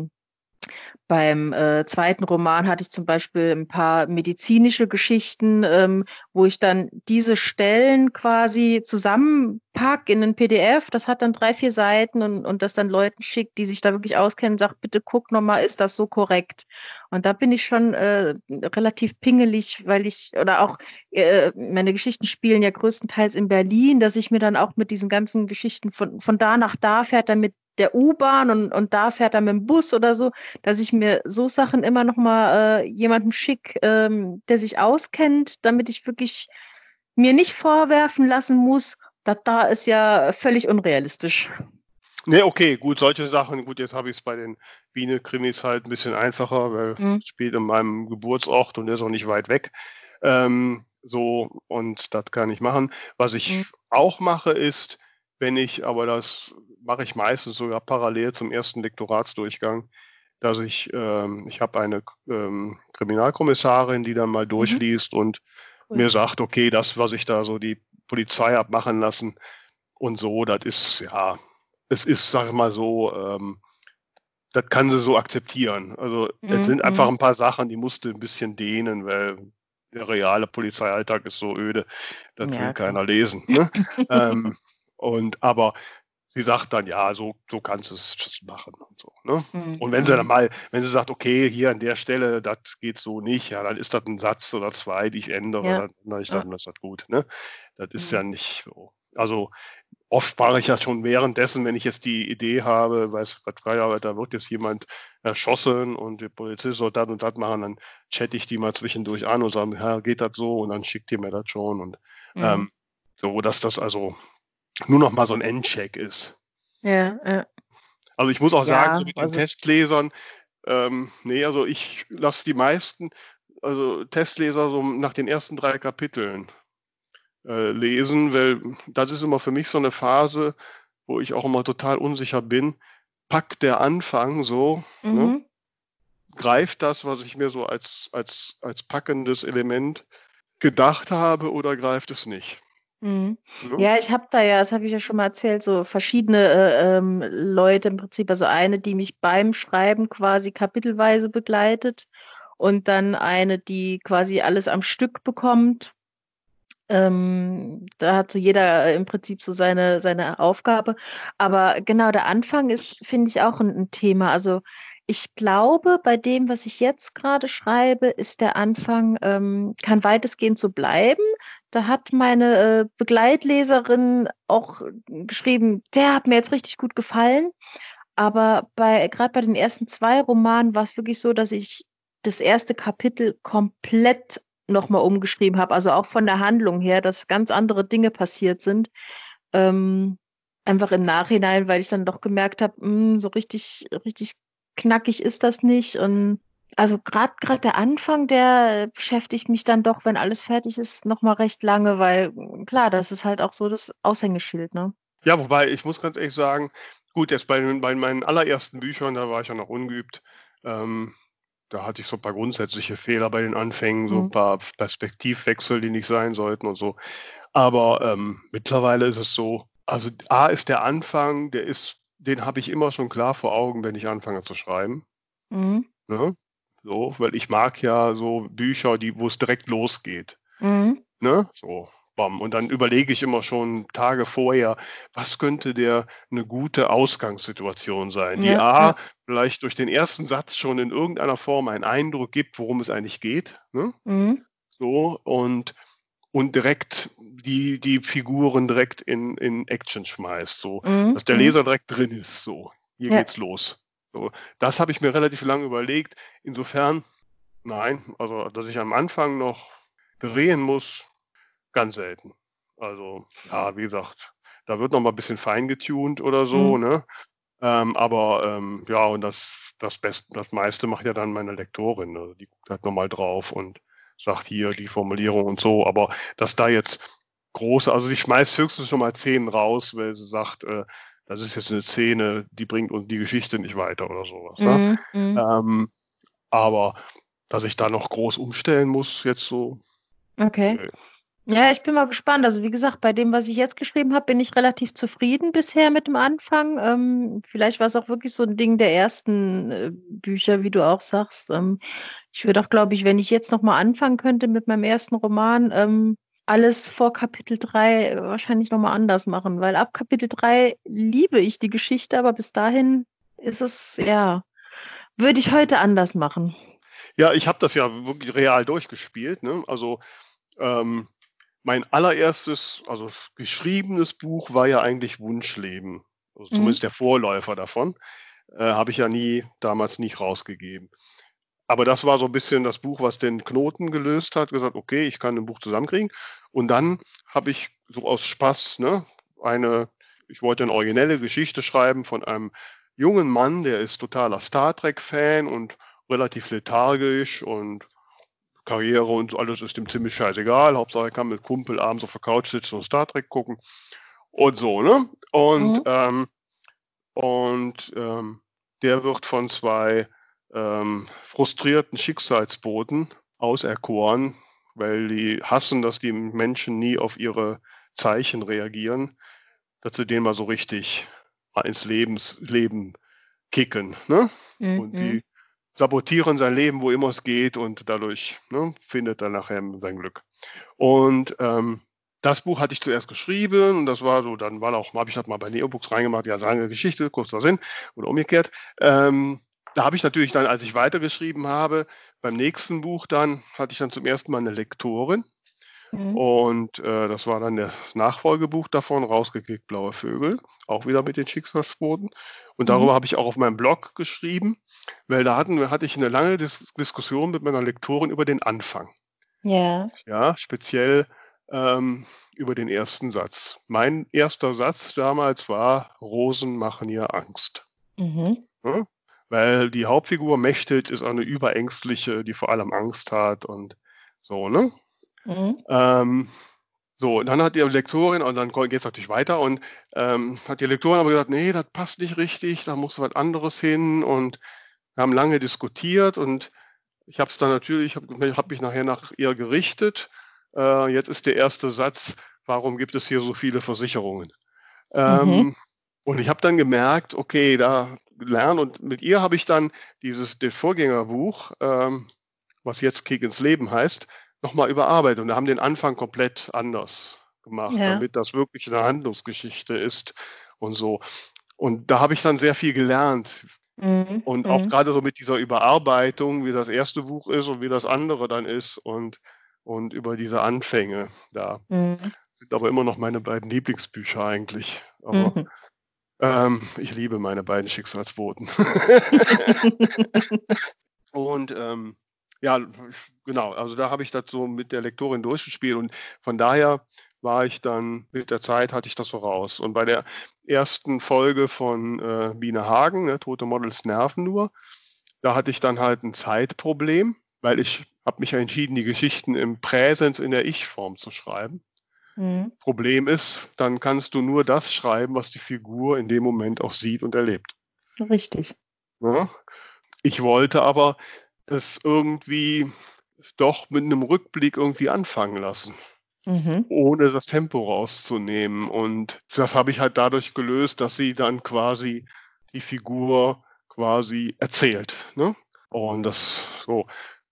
beim zweiten Roman hatte ich zum Beispiel ein paar medizinische Geschichten, wo ich dann diese Stellen quasi zusammenpack in ein PDF. Das hat dann 3, 4 Seiten und das dann Leuten schickt, die sich da wirklich auskennen, sagt, bitte guck nochmal, ist das so korrekt? Und da bin ich schon relativ pingelig, weil oder auch meine Geschichten spielen ja größtenteils in Berlin, dass ich mir dann auch mit diesen ganzen Geschichten von da nach da fährt, dann mit der U-Bahn und da fährt er mit dem Bus oder so, dass ich mir so Sachen immer noch mal jemanden schick, der sich auskennt, damit ich wirklich mir nicht vorwerfen lassen muss, dass da ist ja völlig unrealistisch. Ne, okay, gut, solche Sachen, gut, jetzt habe ich es bei den Biene-Krimis halt ein bisschen einfacher, weil Mhm. es spielt in meinem Geburtsort und der ist auch nicht weit weg. So, und das kann ich machen. Was ich Mhm. auch mache, ist, aber das mache ich meistens sogar parallel zum ersten Lektoratsdurchgang, dass ich habe eine Kriminalkommissarin, die dann mal Mhm. durchliest und Cool. mir sagt, okay, das, was ich da so die Polizei hab machen lassen und so, das ist, ja, es ist, sag ich mal so, das kann sie so akzeptieren. Also es Mhm. sind einfach Mhm. ein paar Sachen, die musste ein bisschen dehnen, weil der reale Polizeialltag ist so öde, das Ja, will klar. keiner lesen. Ne? Aber sie sagt dann, ja, so kannst du es machen und so. Ne? Und wenn sie dann mal, wenn sie sagt, okay, hier an der Stelle, das geht so nicht, ja, dann ist das ein Satz oder zwei, die ich ändere, Ja. dann ändere ich das Ja. und das ist gut. Ne? Das ist ja nicht so. Also oft mache ich ja schon währenddessen, wenn ich jetzt die Idee habe, weiß Gott, da wird jetzt jemand erschossen und der Polizist soll das und das machen, dann chatte ich die mal zwischendurch an und sage, ja, geht das so? Und dann schickt ihr mir das schon. Und so, dass das also nur noch mal so ein Endcheck ist. Ja. Also ich muss auch sagen, so Ja, mit den also Testlesern, nee, also ich lasse die meisten, also Testleser so nach den ersten 3 Kapiteln lesen, weil das ist immer für mich so eine Phase, wo ich auch immer total unsicher bin. Packt der Anfang so, ne? Greift das, was ich mir so als packendes Element gedacht habe, oder greift es nicht? Ne? Ja, ich habe da ja, das habe ich ja schon mal erzählt, so verschiedene Leute im Prinzip. Also eine, die mich beim Schreiben quasi kapitelweise begleitet und dann eine, die quasi alles am Stück bekommt. Da hat so jeder im Prinzip so seine Aufgabe. Aber genau, der Anfang ist, finde ich, auch ein Thema. Also ich glaube, bei dem, was ich jetzt gerade schreibe, ist der Anfang, kann weitestgehend so bleiben. Da hat meine Begleitleserin auch geschrieben, der hat mir jetzt richtig gut gefallen. Aber gerade bei den ersten 2 Romanen war es wirklich so, dass ich das erste Kapitel komplett nochmal umgeschrieben habe. Also auch von der Handlung her, dass ganz andere Dinge passiert sind. Einfach im Nachhinein, weil ich dann doch gemerkt habe, so richtig knackig ist das nicht. Und also gerade der Anfang, der beschäftigt mich dann doch, wenn alles fertig ist, nochmal recht lange, weil klar, das ist halt auch so das Aushängeschild, ne? Ja, wobei ich muss ganz ehrlich sagen, gut, jetzt bei meinen allerersten Büchern, da war ich ja noch ungeübt, da hatte ich so ein paar grundsätzliche Fehler bei den Anfängen, so ein paar Perspektivwechsel, die nicht sein sollten und so. Aber mittlerweile ist es so, also A ist der Anfang, den habe ich immer schon klar vor Augen, wenn ich anfange zu schreiben. Mhm. Ne? So, weil ich mag ja so Bücher, wo es direkt losgeht. Mhm. Ne? So, bam. Und dann überlege ich immer schon Tage vorher, was könnte eine gute Ausgangssituation sein, die Ja. vielleicht durch den ersten Satz schon in irgendeiner Form einen Eindruck gibt, worum es eigentlich geht. Ne? Mhm. So, und direkt die Figuren direkt in Action schmeißt, so, dass der Leser direkt drin ist. So, hier Ja. geht's los. So, das habe ich mir relativ lange überlegt. Insofern, nein, also dass ich am Anfang noch drehen muss, ganz selten. Also, ja, wie gesagt, da wird noch mal ein bisschen feingetuned oder so, ne? Ja, und das meiste macht ja dann meine Lektorin. Also die guckt halt noch mal drauf und sagt hier die Formulierung und so. Aber dass da jetzt also die schmeißt höchstens schon mal Szenen raus, weil sie sagt, das ist jetzt eine Szene, die bringt uns die Geschichte nicht weiter oder sowas. Ne? Aber dass ich da noch groß umstellen muss, jetzt so. Okay. Ja, ich bin mal gespannt. Also wie gesagt, bei dem, was ich jetzt geschrieben habe, bin ich relativ zufrieden bisher mit dem Anfang. Vielleicht war es auch wirklich so ein Ding der ersten Bücher, wie du auch sagst. Ich würde auch, glaube ich, wenn ich jetzt nochmal anfangen könnte mit meinem ersten Roman, alles vor Kapitel 3 wahrscheinlich nochmal anders machen, weil ab Kapitel 3 liebe ich die Geschichte, aber bis dahin ist es, ja, würde ich heute anders machen. Ja, ich habe das ja wirklich real durchgespielt. Ne? Also mein allererstes, also geschriebenes Buch war ja eigentlich Wunschleben. Also zumindest der Vorläufer davon. Habe ich ja damals nicht rausgegeben. Aber das war so ein bisschen das Buch, was den Knoten gelöst hat, gesagt, okay, ich kann ein Buch zusammenkriegen. Und dann habe ich so aus Spaß, ne, ich wollte eine originelle Geschichte schreiben von einem jungen Mann, der ist totaler Star Trek-Fan und relativ lethargisch und Karriere und alles ist ihm ziemlich scheißegal. Hauptsache er kann mit Kumpel abends auf der Couch sitzen und Star Trek gucken und so, ne? Und der wird von 2 frustrierten Schicksalsboten auserkoren, weil die hassen, dass die Menschen nie auf ihre Zeichen reagieren, dass sie den mal so richtig mal ins Leben kicken, ne? Und die sabotieren sein Leben, wo immer es geht, und dadurch findet er nachher sein Glück. Und das Buch hatte ich zuerst geschrieben, und das war so, dann habe ich das mal bei Neobooks reingemacht, ja, lange Geschichte, kurzer Sinn, oder umgekehrt. Da habe ich natürlich dann, als ich weitergeschrieben habe, beim nächsten Buch dann, hatte ich dann zum ersten Mal eine Lektorin. Und das war dann das Nachfolgebuch davon, Rausgekickt blaue Vögel, auch wieder mit den Schicksalsboten. Und darüber habe ich auch auf meinem Blog geschrieben, weil da hatte ich eine lange Diskussion mit meiner Lektorin über den Anfang. Ja. Ja, speziell über den ersten Satz. Mein erster Satz damals war: Rosen machen ihr Angst. Ja? Weil die Hauptfigur Mechthild ist eine Überängstliche, die vor allem Angst hat und so, ne? So, und dann hat die Lektorin, und dann geht es natürlich weiter, und hat die Lektorin aber gesagt, nee, das passt nicht richtig, da muss was anderes hin, und wir haben lange diskutiert, und ich habe es dann natürlich, hab mich nachher nach ihr gerichtet. Jetzt ist der erste Satz: Warum gibt es hier so viele Versicherungen? Und ich habe dann gemerkt, okay, da lernen, und mit ihr habe ich dann das Vorgängerbuch, was jetzt Kick ins Leben heißt, nochmal überarbeitet, und wir haben den Anfang komplett anders gemacht, damit das wirklich eine Handlungsgeschichte ist und so. Und da habe ich dann sehr viel gelernt. Und auch gerade so mit dieser Überarbeitung, wie das erste Buch ist und wie das andere dann ist, und über diese Anfänge. Da sind aber immer noch meine beiden Lieblingsbücher eigentlich. Aber ich liebe meine beiden Schicksalsboten. Und ja, genau, also da habe ich das so mit der Lektorin durchgespielt, und von daher war ich dann, mit der Zeit hatte ich das so raus. Und bei der ersten Folge von Biene Hagen, ne, Tote Models nerven nur, da hatte ich dann halt ein Zeitproblem, weil ich habe mich entschieden, die Geschichten im Präsens in der Ich-Form zu schreiben. Problem ist, dann kannst du nur das schreiben, was die Figur in dem Moment auch sieht und erlebt. Richtig. Ja? Ich wollte aber es irgendwie doch mit einem Rückblick irgendwie anfangen lassen, ohne das Tempo rauszunehmen. Und das habe ich halt dadurch gelöst, dass sie dann quasi die Figur quasi erzählt. Ne? Und das so.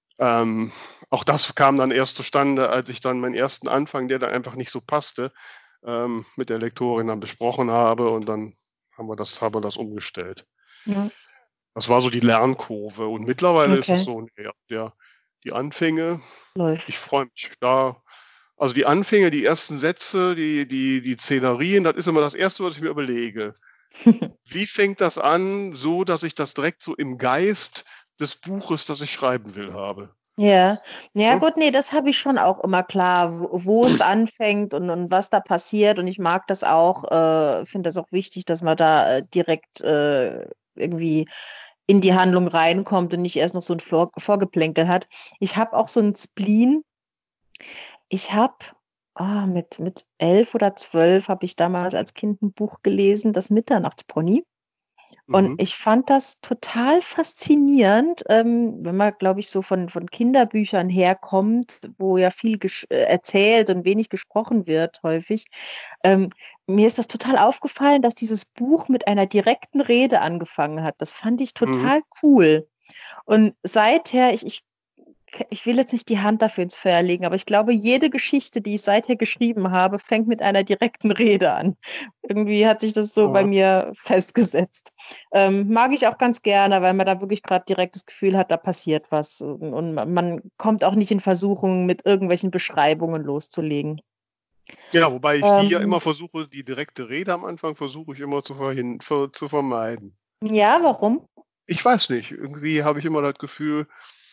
Auch das kam dann erst zustande, als ich dann meinen ersten Anfang, der dann einfach nicht so passte, mit der Lektorin dann besprochen habe, und dann haben wir das umgestellt. Ja. Das war so die Lernkurve, und mittlerweile ist es so, die Anfänge, Läuft. ich freue mich da. Also die Anfänge, die ersten Sätze, die Szenerien, das ist immer das Erste, was ich mir überlege. Wie fängt das an, so dass ich das direkt so im Geist des Buches, das ich schreiben will, habe? Ja, gut, nee, das habe ich schon auch immer klar, wo es anfängt und was da passiert. Und ich mag das auch, finde das auch wichtig, dass man da direkt irgendwie in die Handlung reinkommt und nicht erst noch so ein Vorgeplänkel hat. Ich habe auch so ein Spleen. Ich habe mit 11 oder 12 habe ich damals als Kind ein Buch gelesen, das Mitternachtspony. Und ich fand das total faszinierend, wenn man, glaube ich, so von Kinderbüchern herkommt, wo ja viel erzählt und wenig gesprochen wird, häufig. Mir ist das total aufgefallen, dass dieses Buch mit einer direkten Rede angefangen hat. Das fand ich total cool. Und seither, ich will jetzt nicht die Hand dafür ins Feuer legen, aber ich glaube, jede Geschichte, die ich seither geschrieben habe, fängt mit einer direkten Rede an. Irgendwie hat sich das so bei mir festgesetzt. Mag ich auch ganz gerne, weil man da wirklich gerade direkt das Gefühl hat, da passiert was. Und man kommt auch nicht in Versuchung, mit irgendwelchen Beschreibungen loszulegen. Ja, wobei ich die ja immer versuche, die direkte Rede am Anfang versuche ich immer zu vermeiden. Ja, warum? Ich weiß nicht. Irgendwie habe ich immer das Gefühl,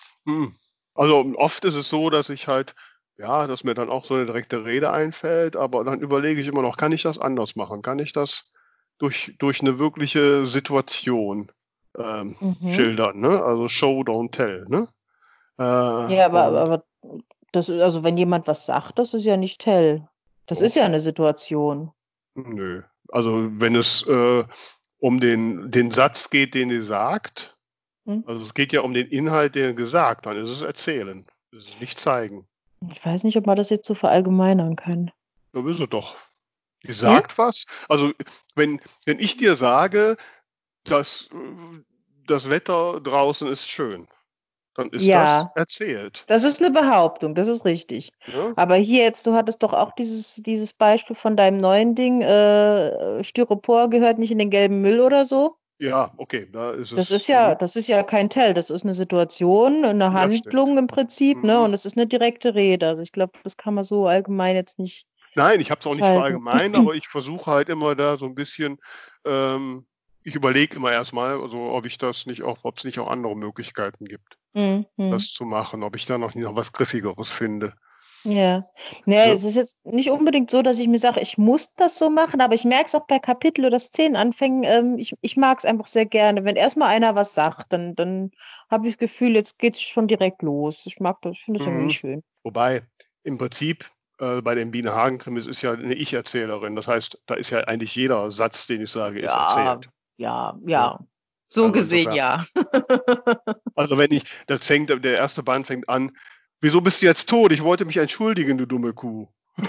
also oft ist es so, dass ich halt, dass mir dann auch so eine direkte Rede einfällt, aber dann überlege ich immer noch, kann ich das anders machen? Kann ich das durch eine wirkliche Situation schildern, ne? Also Show, don't tell, ne? Ja, aber das ist, also wenn jemand was sagt, das ist ja nicht tell. Das ist ja eine Situation. Nö. Also wenn es um den Satz geht, den sie sagt, also es geht ja um den Inhalt, den gesagt, dann ist es erzählen. Das ist nicht zeigen. Ich weiß nicht, ob man das jetzt so verallgemeinern kann. Da ist es doch. Die sagt was. Also wenn ich dir sage, dass das Wetter draußen ist schön. Dann ist das Ja, erzählt. das ist eine Behauptung, das ist richtig. Ne? Aber hier jetzt, du hattest doch auch dieses Beispiel von deinem neuen Ding, Styropor gehört nicht in den gelben Müll oder so. Ja, okay, da ist Das es. ist ja kein Tell, das ist eine Situation, eine Ja, stimmt. Handlung im Prinzip, ne? Mhm. Und es ist eine direkte Rede. Also ich glaube, das kann man so allgemein jetzt nicht Nein, ich habe es auch nicht zeigen. verallgemeinert, aber ich versuche halt immer da so ein bisschen, ich überlege immer erstmal, also ob es nicht auch andere Möglichkeiten gibt, Mhm. das zu machen, ob ich da noch was Griffigeres finde. Ja. Naja, Ne? es ist jetzt nicht unbedingt so, dass ich mir sage, ich muss das so machen, aber ich merke es auch bei Kapitel- oder Szenenanfängen, ich mag es einfach sehr gerne. Wenn erstmal einer was sagt, dann habe ich das Gefühl, jetzt geht's schon direkt los. Ich mag das, ich finde das irgendwie Mhm. schön. Wobei im Prinzip bei den Biene Hagen-Krimis ist ja eine Ich-Erzählerin. Das heißt, da ist ja eigentlich jeder Satz, den ich sage, ist Ja, erzählt. ja, Ne? ja. So Also gesehen, insofern. ja. Also der erste Band fängt an, wieso bist du jetzt tot? Ich wollte mich entschuldigen, du dumme Kuh.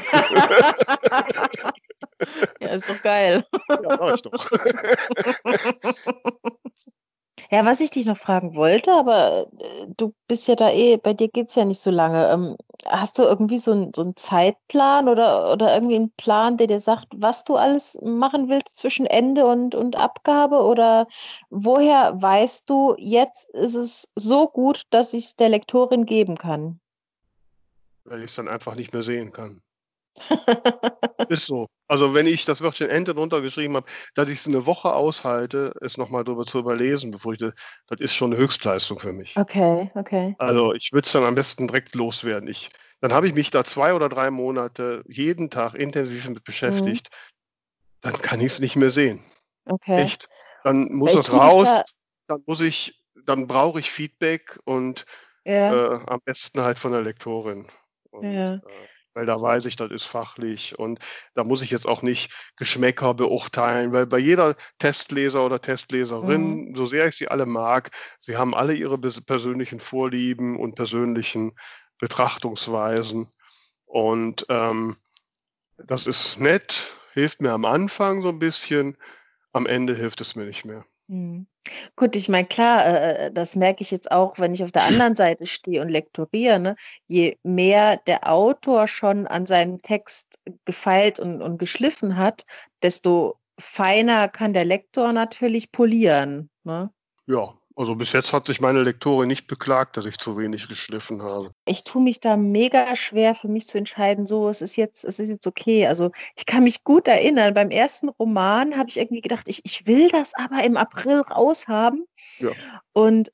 Ja, ist doch geil. Ja, sag ich doch. Ja, was ich dich noch fragen wollte, aber du bist ja da bei dir geht's ja nicht so lange. Hast du irgendwie so einen Zeitplan oder irgendwie einen Plan, der dir sagt, was du alles machen willst zwischen Ende und Abgabe? Oder woher weißt du, jetzt ist es so gut, dass ich es der Lektorin geben kann? Weil ich es dann einfach nicht mehr sehen kann. Ist so. Also wenn ich das Wörtchen Ente drunter geschrieben habe, dass ich es eine Woche aushalte, es nochmal drüber zu überlesen, das ist schon eine Höchstleistung für mich. Okay, okay. Also ich würde es dann am besten direkt loswerden. Dann habe ich mich da 2 oder 3 Monate jeden Tag intensiv mit Mhm. beschäftigt, dann kann ich es nicht mehr sehen. Okay. Echt. Dann muss Ich es tue mich raus, da, dann brauche ich Feedback und ja, am besten halt von der Lektorin. Und ja. weil da weiß ich, das ist fachlich und da muss ich jetzt auch nicht Geschmäcker beurteilen, weil bei jeder Testleser oder Mhm. Testleserin, so sehr ich sie alle mag, sie haben alle ihre persönlichen Vorlieben und persönlichen Betrachtungsweisen. Und das ist nett, hilft mir am Anfang so ein bisschen, am Ende hilft es mir nicht mehr. Mhm. Gut, ich meine, klar, das merke ich jetzt auch, wenn ich auf der anderen Seite stehe und lektoriere, ne? Je mehr der Autor schon an seinem Text gefeilt und geschliffen hat, desto feiner kann der Lektor natürlich polieren, ne? Ja, also bis jetzt hat sich meine Lektorin nicht beklagt, dass ich zu wenig geschliffen habe. Ich tue mich da mega schwer für mich zu entscheiden, so, es ist jetzt okay. Also ich kann mich gut erinnern, beim ersten Roman habe ich irgendwie gedacht, ich will das aber im April raushaben. Ja. Und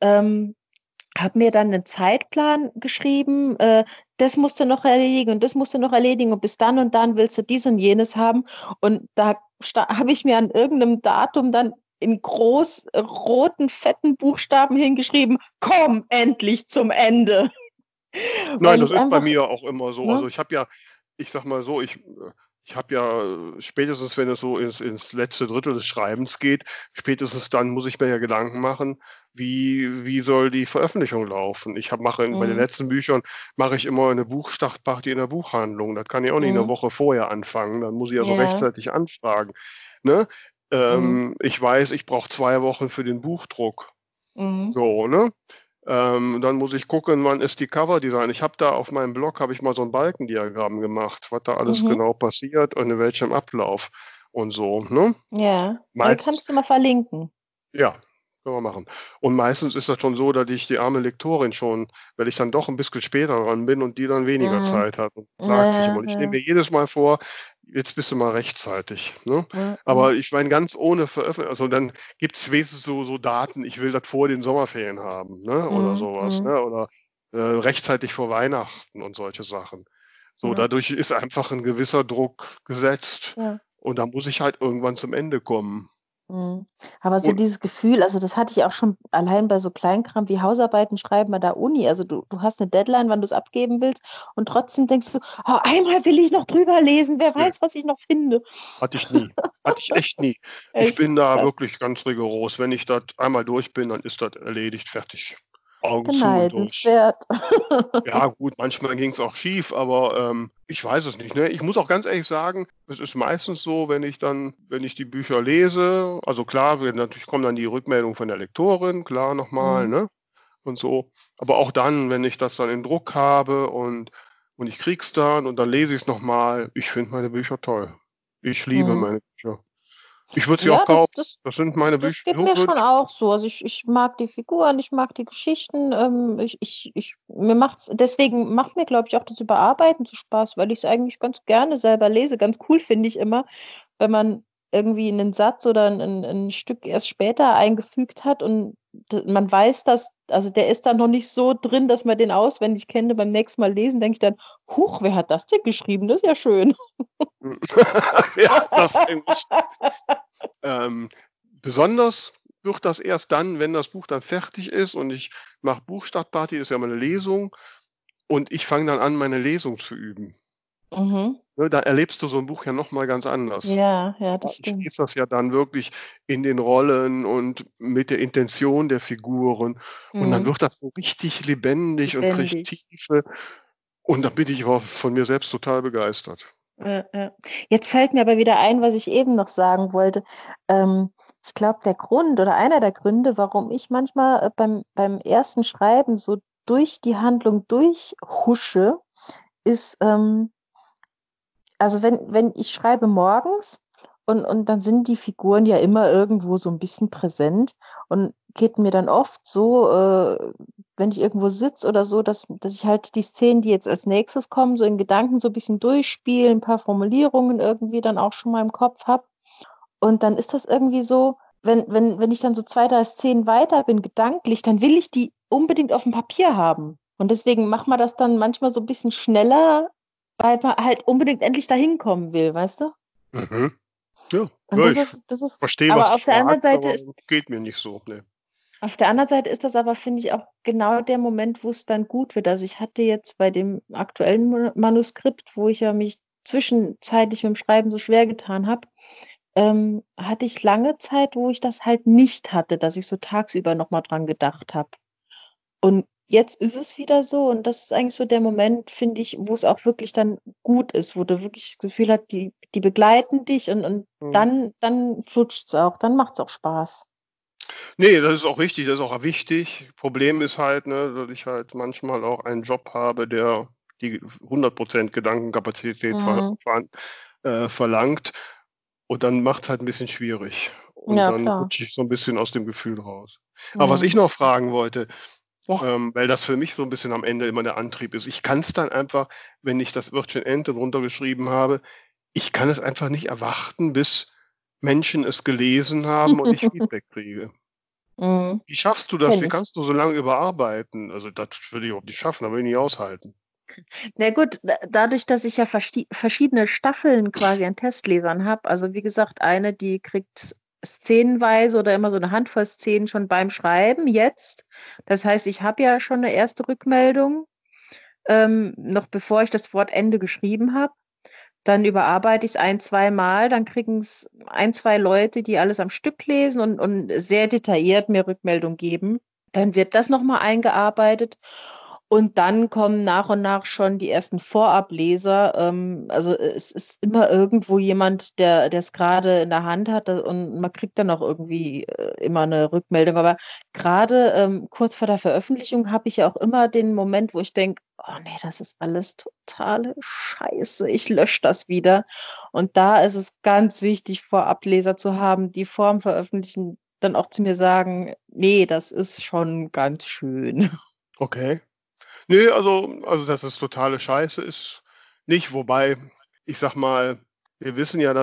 habe mir dann einen Zeitplan geschrieben, das musst du noch erledigen und das musst du noch erledigen und bis dann und dann willst du dies und jenes haben. Und da habe ich mir an irgendeinem Datum dann in groß roten, fetten Buchstaben hingeschrieben, komm endlich zum Ende. Nein, Weil das ich ist bei einfach, mir auch immer so. Also ne? ich sag mal so, ich habe ja spätestens, wenn es so ins letzte Drittel des Schreibens geht, spätestens dann muss ich mir ja Gedanken machen, wie soll die Veröffentlichung laufen. Bei den Mhm. letzten Büchern mache ich immer eine Buchstartparty in der Buchhandlung. Das kann ich auch nicht eine Mhm. Woche vorher anfangen. Dann muss ich also Ja. rechtzeitig anfragen. Ne? Mhm. Ich weiß, ich brauche 2 Wochen für den Buchdruck. Mhm. So, ne? Dann muss ich gucken, wann ist die Coverdesign. Auf meinem Blog habe ich mal so ein Balkendiagramm gemacht, was da alles Mhm. genau passiert und in welchem Ablauf und so, ne? Ja. Meistens, Kannst du mal verlinken. ja, können wir machen. Und meistens ist das schon so, dass ich die arme Lektorin schon, weil ich dann doch ein bisschen später dran bin und die dann weniger Mhm. Zeit hat und sagt sich immer. Ja, Und ich nehme ja. mir jedes Mal vor, jetzt bist du mal rechtzeitig, ne? Mhm. Aber ich meine, ganz ohne Veröffentlichung, also dann gibt es wenigstens so Daten, ich will das vor den Sommerferien haben, ne? Oder Mhm. sowas, Mhm. ne? Oder rechtzeitig vor Weihnachten und solche Sachen. So, Ja. dadurch ist einfach ein gewisser Druck gesetzt. Ja. Und da muss ich halt irgendwann zum Ende kommen. Mhm. Aber so Und dieses Gefühl, also das hatte ich auch schon allein bei so Kleinkram wie Hausarbeiten schreiben bei der Uni. Also du hast eine Deadline, wann du es abgeben willst und trotzdem denkst du, oh, einmal will ich noch drüber lesen, wer nö, weiß, was ich noch finde. hatte ich nie. Hatte ich echt nie. Ich Echt bin da krass. wirklich ganz rigoros. Wenn ich das einmal durch bin, dann ist das erledigt, fertig. Augen zu und durch. Beneidenswert. Ja, gut, manchmal ging es auch schief, aber ich weiß es nicht. Ne? Ich muss auch ganz ehrlich sagen, es ist meistens so, wenn ich die Bücher lese, also klar, natürlich kommen dann die Rückmeldungen von der Lektorin, klar nochmal, Mhm. ne? Und so. Aber auch dann, wenn ich das dann in Druck habe und ich krieg's dann und dann lese ich es nochmal, ich finde meine Bücher toll. Ich liebe Mhm. meine Bücher. Ich würde sie auch Ja, das, kaufen. das, Das sind meine das Bücher. geht So mir würde schon ich. auch so. Also ich mag die Figuren, ich mag die Geschichten. Mir macht's, deswegen macht mir, glaube ich, auch das Überarbeiten so Spaß, weil ich es eigentlich ganz gerne selber lese. Ganz cool finde ich immer, wenn man irgendwie einen Satz oder ein Stück erst später eingefügt hat und man weiß, also der ist dann noch nicht so drin, dass man den auswendig kennt. Beim nächsten Mal lesen denke ich dann, huch, wer hat das denn geschrieben? Das ist ja schön. Ja, das eigentlich. Ähm, besonders wird das erst dann, wenn das Buch dann fertig ist und ich mache Buchstartparty, das ist ja meine Lesung, und ich fange dann an, meine Lesung zu üben. Mhm. Ne, da erlebst du so ein Buch ja noch mal ganz anders. Ja, ja, Ja, das ich stimmt. lese das ja dann wirklich in den Rollen und mit der Intention der Figuren und dann Mhm. wird das so richtig lebendig und kriegt Lebendig. Tiefe und da bin ich aber von mir selbst total begeistert. Ja. Jetzt fällt mir aber wieder ein, was ich eben noch sagen wollte. Ich glaube, der Grund oder einer der Gründe, warum ich manchmal beim ersten Schreiben so durch die Handlung durchhusche, ist, also wenn ich schreibe morgens und dann sind die Figuren ja immer irgendwo so ein bisschen präsent und geht mir dann oft so, wenn ich irgendwo sitze oder so, dass ich halt die Szenen, die jetzt als nächstes kommen, so in Gedanken so ein bisschen durchspiele, ein paar Formulierungen irgendwie dann auch schon mal im Kopf habe. Und dann ist das irgendwie so, wenn ich dann so 2, 3 Szenen weiter bin, gedanklich, dann will ich die unbedingt auf dem Papier haben. Und deswegen macht man das dann manchmal so ein bisschen schneller, weil man halt unbedingt endlich dahin kommen will, weißt du? Mhm. Ja, Und ja, ich das ist, verstehe, was aber du auf der anderen sagst, Seite aber ist, geht mir nicht so, ne. auf der anderen Seite ist das aber, finde ich, auch genau der Moment, wo es dann gut wird. Also ich hatte jetzt bei dem aktuellen Manuskript, wo ich ja mich zwischenzeitlich mit dem Schreiben so schwer getan habe, hatte ich lange Zeit, wo ich das halt nicht hatte, dass ich so tagsüber nochmal dran gedacht habe. Und jetzt ist es wieder so und das ist eigentlich so der Moment, finde ich, wo es auch wirklich dann gut ist, wo du wirklich das Gefühl hast, die begleiten dich und Mhm. dann flutscht es auch, dann macht es auch Spaß. Ne, das ist auch richtig, das ist auch wichtig. Problem ist halt, ne, dass ich halt manchmal auch einen Job habe, der die 100% Gedankenkapazität Mhm. verlangt und dann macht's halt 'n bisschen schwierig und Ja, dann klar. rutsche ich so 'n bisschen aus dem Gefühl raus. Aber was ich Mhm. noch fragen wollte, Ja. weil das für mich so 'n bisschen am Ende immer der Antrieb ist. Ich kann's dann einfach, wenn ich das Wörtchen Ente drunter geschrieben habe, ich kann es einfach nicht erwarten, bis Menschen es gelesen haben und ich Feedback kriege. Mhm. Wie schaffst du das? Kenne Wie ich. kannst du so lange überarbeiten? Also, das würde ich überhaupt nicht schaffen, das würde ich nicht aushalten. Na gut, dadurch, dass ich ja verschiedene Staffeln quasi an Testlesern habe, also wie gesagt, eine, die kriegt szenenweise oder immer so eine Handvoll Szenen schon beim Schreiben jetzt. Das heißt, ich habe ja schon eine erste Rückmeldung, noch bevor ich das Wort Ende geschrieben habe. Dann überarbeite ich es ein, zweimal, dann kriegen es ein, zwei Leute, die alles am Stück lesen und sehr detailliert mir Rückmeldung geben. Dann wird das nochmal eingearbeitet und dann kommen nach und nach schon die ersten Vorableser. Also es ist immer irgendwo jemand, der es gerade in der Hand hat und man kriegt dann auch irgendwie immer eine Rückmeldung. Aber gerade kurz vor der Veröffentlichung habe ich ja auch immer den Moment, wo ich denke, oh nee, das ist alles totale Scheiße, ich lösche das wieder. Und da ist es ganz wichtig, Vorableser zu haben, die vorm Veröffentlichen dann auch zu mir sagen, nee, das ist schon ganz schön. Okay. Ne, also, dass es totale Scheiße ist, nicht. Wobei, ich sage mal, wir wissen ja,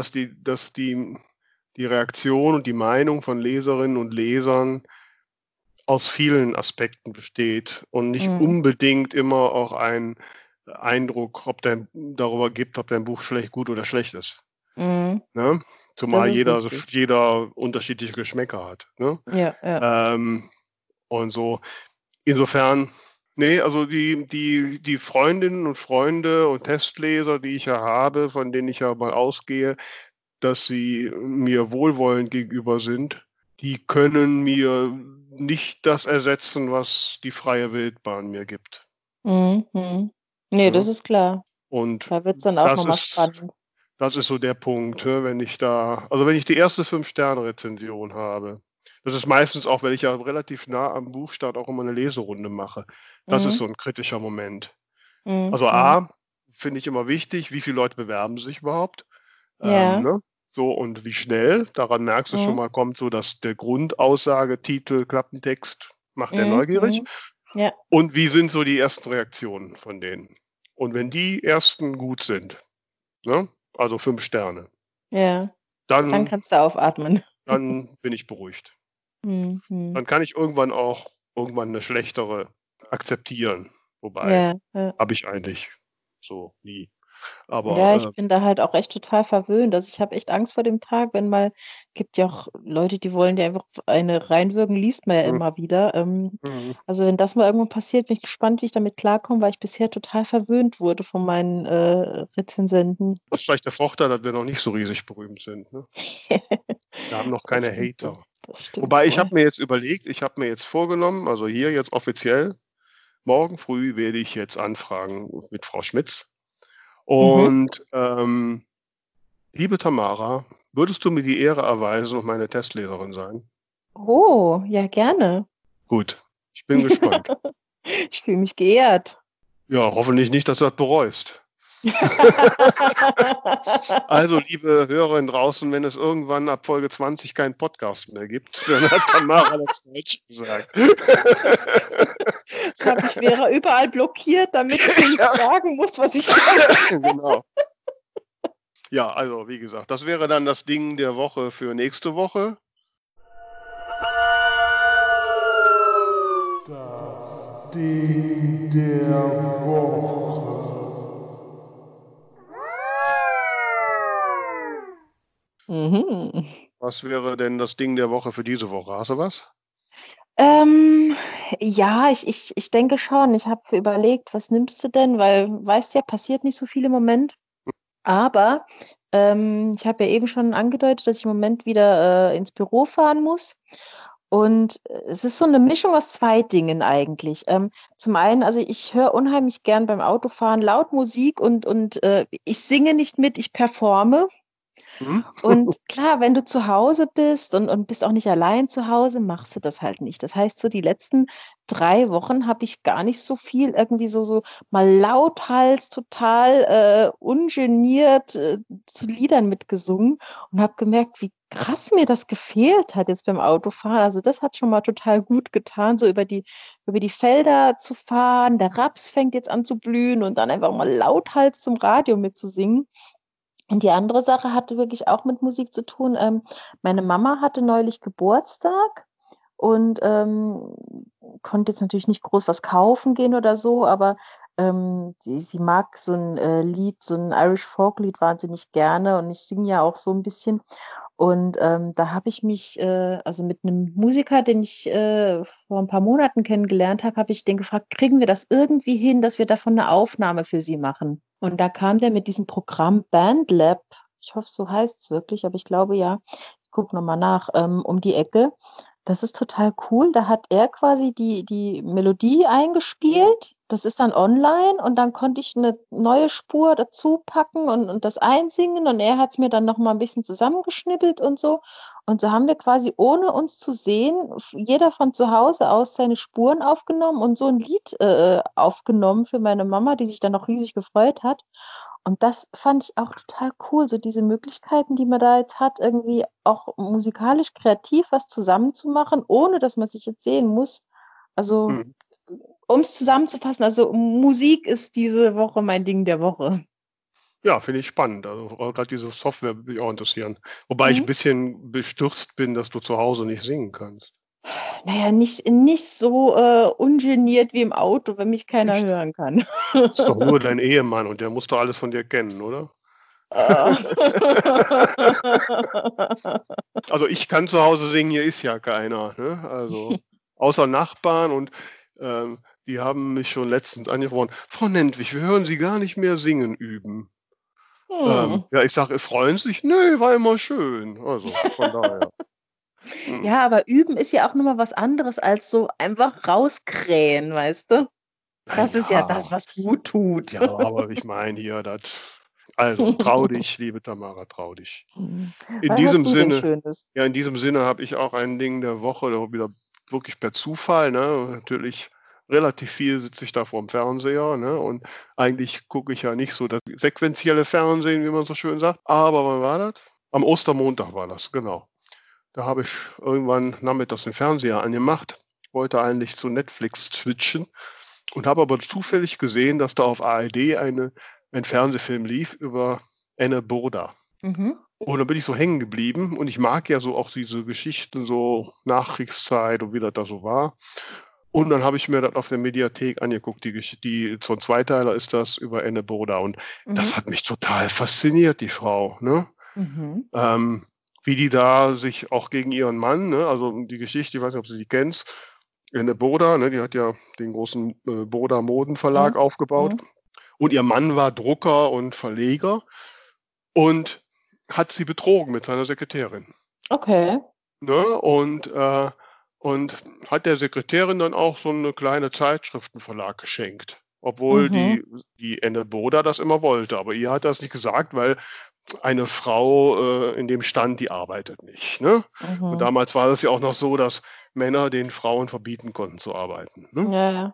dass die Reaktion und die Meinung von Leserinnen und Lesern aus vielen Aspekten besteht und nicht Mhm. unbedingt immer auch einen Eindruck darüber gibt, ob dein Buch gut oder schlecht ist, Mhm. ne? Das Zumal ist jeder richtig. jeder unterschiedliche Geschmäcker hat, ne? Ja. Ähm, und so. Insofern, ne, also die Freundinnen und Freunde und Testleser, die ich ja habe, von denen ich ja mal ausgehe, dass sie mir wohlwollend gegenüber sind, die können mir nicht das ersetzen, was die freie Wildbahn mir gibt. Nee, Ja. das ist klar. Und Da wird es dann auch das nochmal ist, spannend. das ist so der Punkt, wenn ich die erste 5-Sterne-Rezension habe. Das ist meistens auch, wenn ich ja relativ nah am Buchstart auch immer eine Leserunde mache. Das ist Mhm. so ein kritischer Moment. Mhm. Also A, finde ich immer wichtig, wie viele Leute bewerben sich überhaupt. Ja. Ne? So, und wie schnell, daran merkst du schon mal, kommt so, dass der Grundaussage, Titel, Klappentext macht der neugierig. Ja. Und wie sind so die ersten Reaktionen von denen? Und wenn die ersten gut sind, ne? Also 5 Sterne, Ja. Dann dann kannst du aufatmen. bin ich beruhigt. Mhm. Dann kann ich irgendwann eine schlechtere akzeptieren. Wobei, Ja. habe ich eigentlich so nie. Ja, Aber ich bin da halt auch echt total verwöhnt. Also ich habe echt Angst vor dem Tag, gibt ja auch Leute, die wollen dir einfach eine reinwürgen, liest man ja immer wieder. Also wenn das mal irgendwann passiert, bin ich gespannt, wie ich damit klarkomme, weil ich bisher total verwöhnt wurde von meinen Rezensenten. das ist vielleicht der Vorteil, dass wir noch nicht so riesig berühmt sind. Ne? Wir haben noch Das keine stimmt Hater. wohl. Das stimmt Wobei ich wohl. habe mir jetzt überlegt, ich habe mir jetzt vorgenommen, also hier jetzt offiziell, morgen früh werde ich jetzt anfragen mit Frau Schmitz. Und liebe Tamara, würdest du mir die Ehre erweisen und meine Testleserin sein? Oh, ja, gerne. Gut, ich bin gespannt. Ich fühle mich geehrt. Ja, hoffentlich nicht, dass du das bereust. Also, liebe Hörerinnen draußen, wenn es irgendwann ab Folge 20 keinen Podcast mehr gibt, dann hat Tamara das falsch gesagt. Ich habe mich Vera überall blockiert, damit ich nicht sagen muss, was ich denke. Genau. Ja, also wie gesagt, das wäre dann das Ding der Woche für nächste Woche. Das Ding der Woche. Was wäre denn das Ding der Woche für diese Woche? Hast du was? Ja, ich denke schon. Ich habe überlegt, was nimmst du denn? Weil, weißt ja, passiert nicht so viel im Moment. Aber ich habe ja eben schon angedeutet, dass ich im Moment wieder ins Büro fahren muss. Und es ist so eine Mischung aus 2 Dingen eigentlich. Zum einen, also ich höre unheimlich gern beim Autofahren laut Musik und ich singe nicht mit, ich performe. Und klar, wenn du zu Hause bist und bist auch nicht allein zu Hause, machst du das halt nicht. Das heißt, so die letzten 3 Wochen habe ich gar nicht so viel irgendwie so mal lauthals, total ungeniert zu Liedern mitgesungen und habe gemerkt, wie krass mir das gefehlt hat jetzt beim Autofahren. Also das hat schon mal total gut getan, so über die Felder zu fahren. Der Raps fängt jetzt an zu blühen und dann einfach mal lauthals zum Radio mitzusingen. Und die andere Sache hatte wirklich auch mit Musik zu tun. Meine Mama hatte neulich Geburtstag und konnte jetzt natürlich nicht groß was kaufen gehen oder so, aber sie mag so ein Lied, so ein Irish Folk-Lied wahnsinnig gerne und ich singe ja auch so ein bisschen. Und da habe ich mich, also mit einem Musiker, den ich vor ein paar Monaten kennengelernt habe, habe ich den gefragt, kriegen wir das irgendwie hin, dass wir davon eine Aufnahme für Sie machen? Und da kam der mit diesem Programm BandLab, ich hoffe, so heißt es wirklich, aber ich glaube ja, ich gucke nochmal nach, um die Ecke. Das ist total cool. Da hat er quasi die Melodie eingespielt. Das ist dann online und dann konnte ich eine neue Spur dazu packen und das einsingen und er hat es mir dann noch mal ein bisschen zusammengeschnippelt und so. Und so haben wir quasi, ohne uns zu sehen, jeder von zu Hause aus seine Spuren aufgenommen und so ein Lied aufgenommen für meine Mama, die sich dann auch riesig gefreut hat. Und das fand ich auch total cool, so diese Möglichkeiten, die man da jetzt hat, irgendwie auch musikalisch kreativ was zusammenzumachen, ohne dass man sich jetzt sehen muss. Also, um es zusammenzufassen, also Musik ist diese Woche mein Ding der Woche. Ja, finde ich spannend. Also gerade diese Software würde mich auch interessieren. Wobei ich ein bisschen bestürzt bin, dass du zu Hause nicht singen kannst. Naja, nicht so ungeniert wie im Auto, wenn mich keiner hören kann. Das ist doch nur dein Ehemann und der muss doch alles von dir kennen, oder? Also ich kann zu Hause singen, hier ist ja keiner. Ne? Also außer Nachbarn und die haben mich schon letztens angesprochen. Frau Nentwich, wir hören Sie gar nicht mehr singen üben. Ja, ich sage, freuen Sie sich? Nö, war immer schön. Also von daher. Ja, aber üben ist ja auch nochmal was anderes als so einfach rauskrähen, weißt du? Das ist ja das, was gut tut. Ja, aber ich meine hier, also trau dich, liebe Tamara, trau dich. In Was hast diesem du denn Sinne, Schönes? ja, in diesem Sinne habe ich auch ein Ding der Woche, da wieder wirklich per Zufall, ne? Natürlich relativ viel sitze ich da vorm Fernseher, ne? Und eigentlich gucke ich ja nicht so das sequentielle Fernsehen, wie man so schön sagt. Aber wann war das? Am Ostermontag war das, genau. Da habe ich irgendwann nachmittags den Fernseher angemacht, wollte eigentlich zu Netflix switchen und habe aber zufällig gesehen, dass da auf ARD ein Fernsehfilm lief über Anne Burda. Mhm. Und dann bin ich so hängen geblieben und ich mag ja so auch diese Geschichten, so Nachkriegszeit und wie das da so war. Und dann habe ich mir das auf der Mediathek angeguckt, so ein Zweiteiler ist das über Anne Burda. Und das Mhm. hat mich total fasziniert, die Frau, ne? Mhm. Wie die da sich auch gegen ihren Mann, ne? Also die Geschichte, ich weiß nicht, ob du die kennst, Anne Burda, ne? Die hat ja den großen Burda Modenverlag Mhm. aufgebaut. Mhm. Und ihr Mann war Drucker und Verleger und hat sie betrogen mit seiner Sekretärin. Okay. Ne? Und hat der Sekretärin dann auch so eine kleine Zeitschriftenverlag geschenkt. Obwohl Mhm. die Anne Burda das immer wollte. Aber ihr hat das nicht gesagt, weil eine Frau in dem Stand, die arbeitet nicht. Ne? Und Mhm. damals war das ja auch noch so, dass Männer den Frauen verbieten konnten zu arbeiten. Ne? Ja, ja.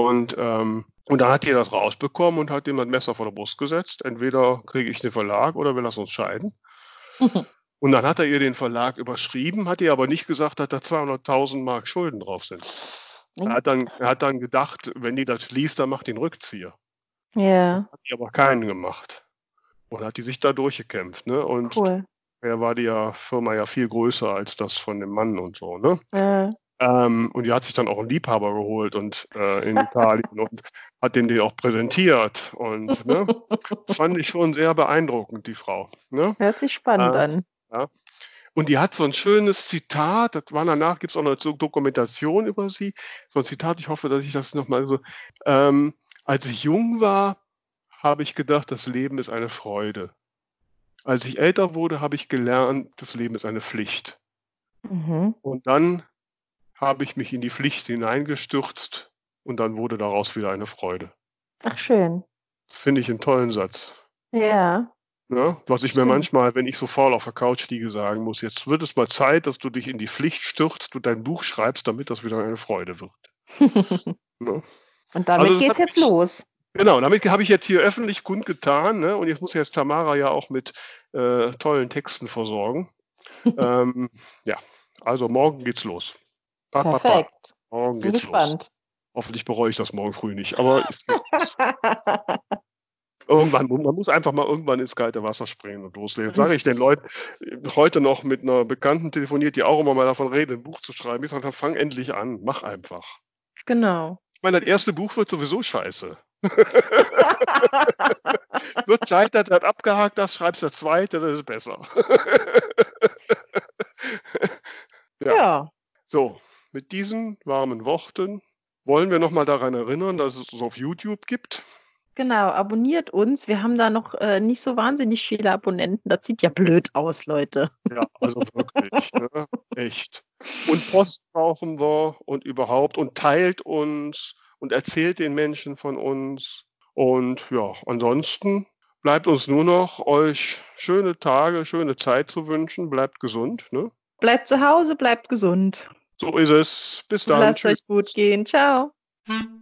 Und dann hat die das rausbekommen und hat ihm das Messer vor der Brust gesetzt. Entweder kriege ich den Verlag oder wir lassen uns scheiden. Und dann hat er ihr den Verlag überschrieben, hat ihr aber nicht gesagt, dass da 200.000 Mark Schulden drauf sind. Er hat dann gedacht, wenn die das liest, dann macht den Rückzieher. Ja, Hat die aber keinen gemacht. Und hat die sich da durchgekämpft. Ne? Und cool. er war die Firma ja viel größer als das von dem Mann und so. Ne? Ja. Und die hat sich dann auch einen Liebhaber geholt und in Italien und hat den auch präsentiert. Und ne, das fand ich schon sehr beeindruckend, die Frau. Ne? Hört sich spannend Äh, an. ja. Und die hat so ein schönes Zitat, das war danach, gibt es auch noch eine Dokumentation über sie. So ein Zitat, ich hoffe, dass ich das nochmal so. Als ich jung war, habe ich gedacht, das Leben ist eine Freude. Als ich älter wurde, habe ich gelernt, das Leben ist eine Pflicht. Mhm. Und dann habe ich mich in die Pflicht hineingestürzt und dann wurde daraus wieder eine Freude. Ach, schön. Das finde ich einen tollen Satz. Ja, Ne? Was ich mir stimmt. manchmal, wenn ich so faul auf der Couch liege, sagen muss, jetzt wird es mal Zeit, dass du dich in die Pflicht stürzt und dein Buch schreibst, damit das wieder eine Freude wird. Ne? Und Also damit das geht's hat jetzt mich, los. genau, damit habe ich jetzt hier öffentlich kundgetan, ne? Und jetzt muss jetzt Tamara ja auch mit tollen Texten versorgen. Ja, also morgen geht's los. Perfekt. Morgen Bin geht's los. gespannt. Hoffentlich bereue ich das morgen früh nicht, aber es geht los. Irgendwann, man muss einfach mal irgendwann ins kalte Wasser springen und loslegen. Sage ich den Leuten heute noch mit einer Bekannten telefoniert, die auch immer mal davon redet, ein Buch zu schreiben. Ich sage, fang endlich an, mach einfach. Genau. Ich meine, das erste Buch wird sowieso scheiße. Wird Zeit, dass du das abgehakt hast, schreibst das zweite, das ist besser. Ja, Ja, so, mit diesen warmen Worten wollen wir nochmal daran erinnern, dass es uns auf YouTube gibt. genau. Abonniert uns. Wir haben da noch nicht so wahnsinnig viele Abonnenten. Das sieht ja blöd aus, Leute. Ja, also wirklich, ne? Echt. Und Post brauchen wir und überhaupt und teilt uns und erzählt den Menschen von uns. Und ja, ansonsten bleibt uns nur noch, euch schöne Tage, schöne Zeit zu wünschen. Bleibt gesund, ne? Bleibt zu Hause, bleibt gesund. So ist es. Bis dann. Lasst Tschüss. euch gut gehen. Ciao.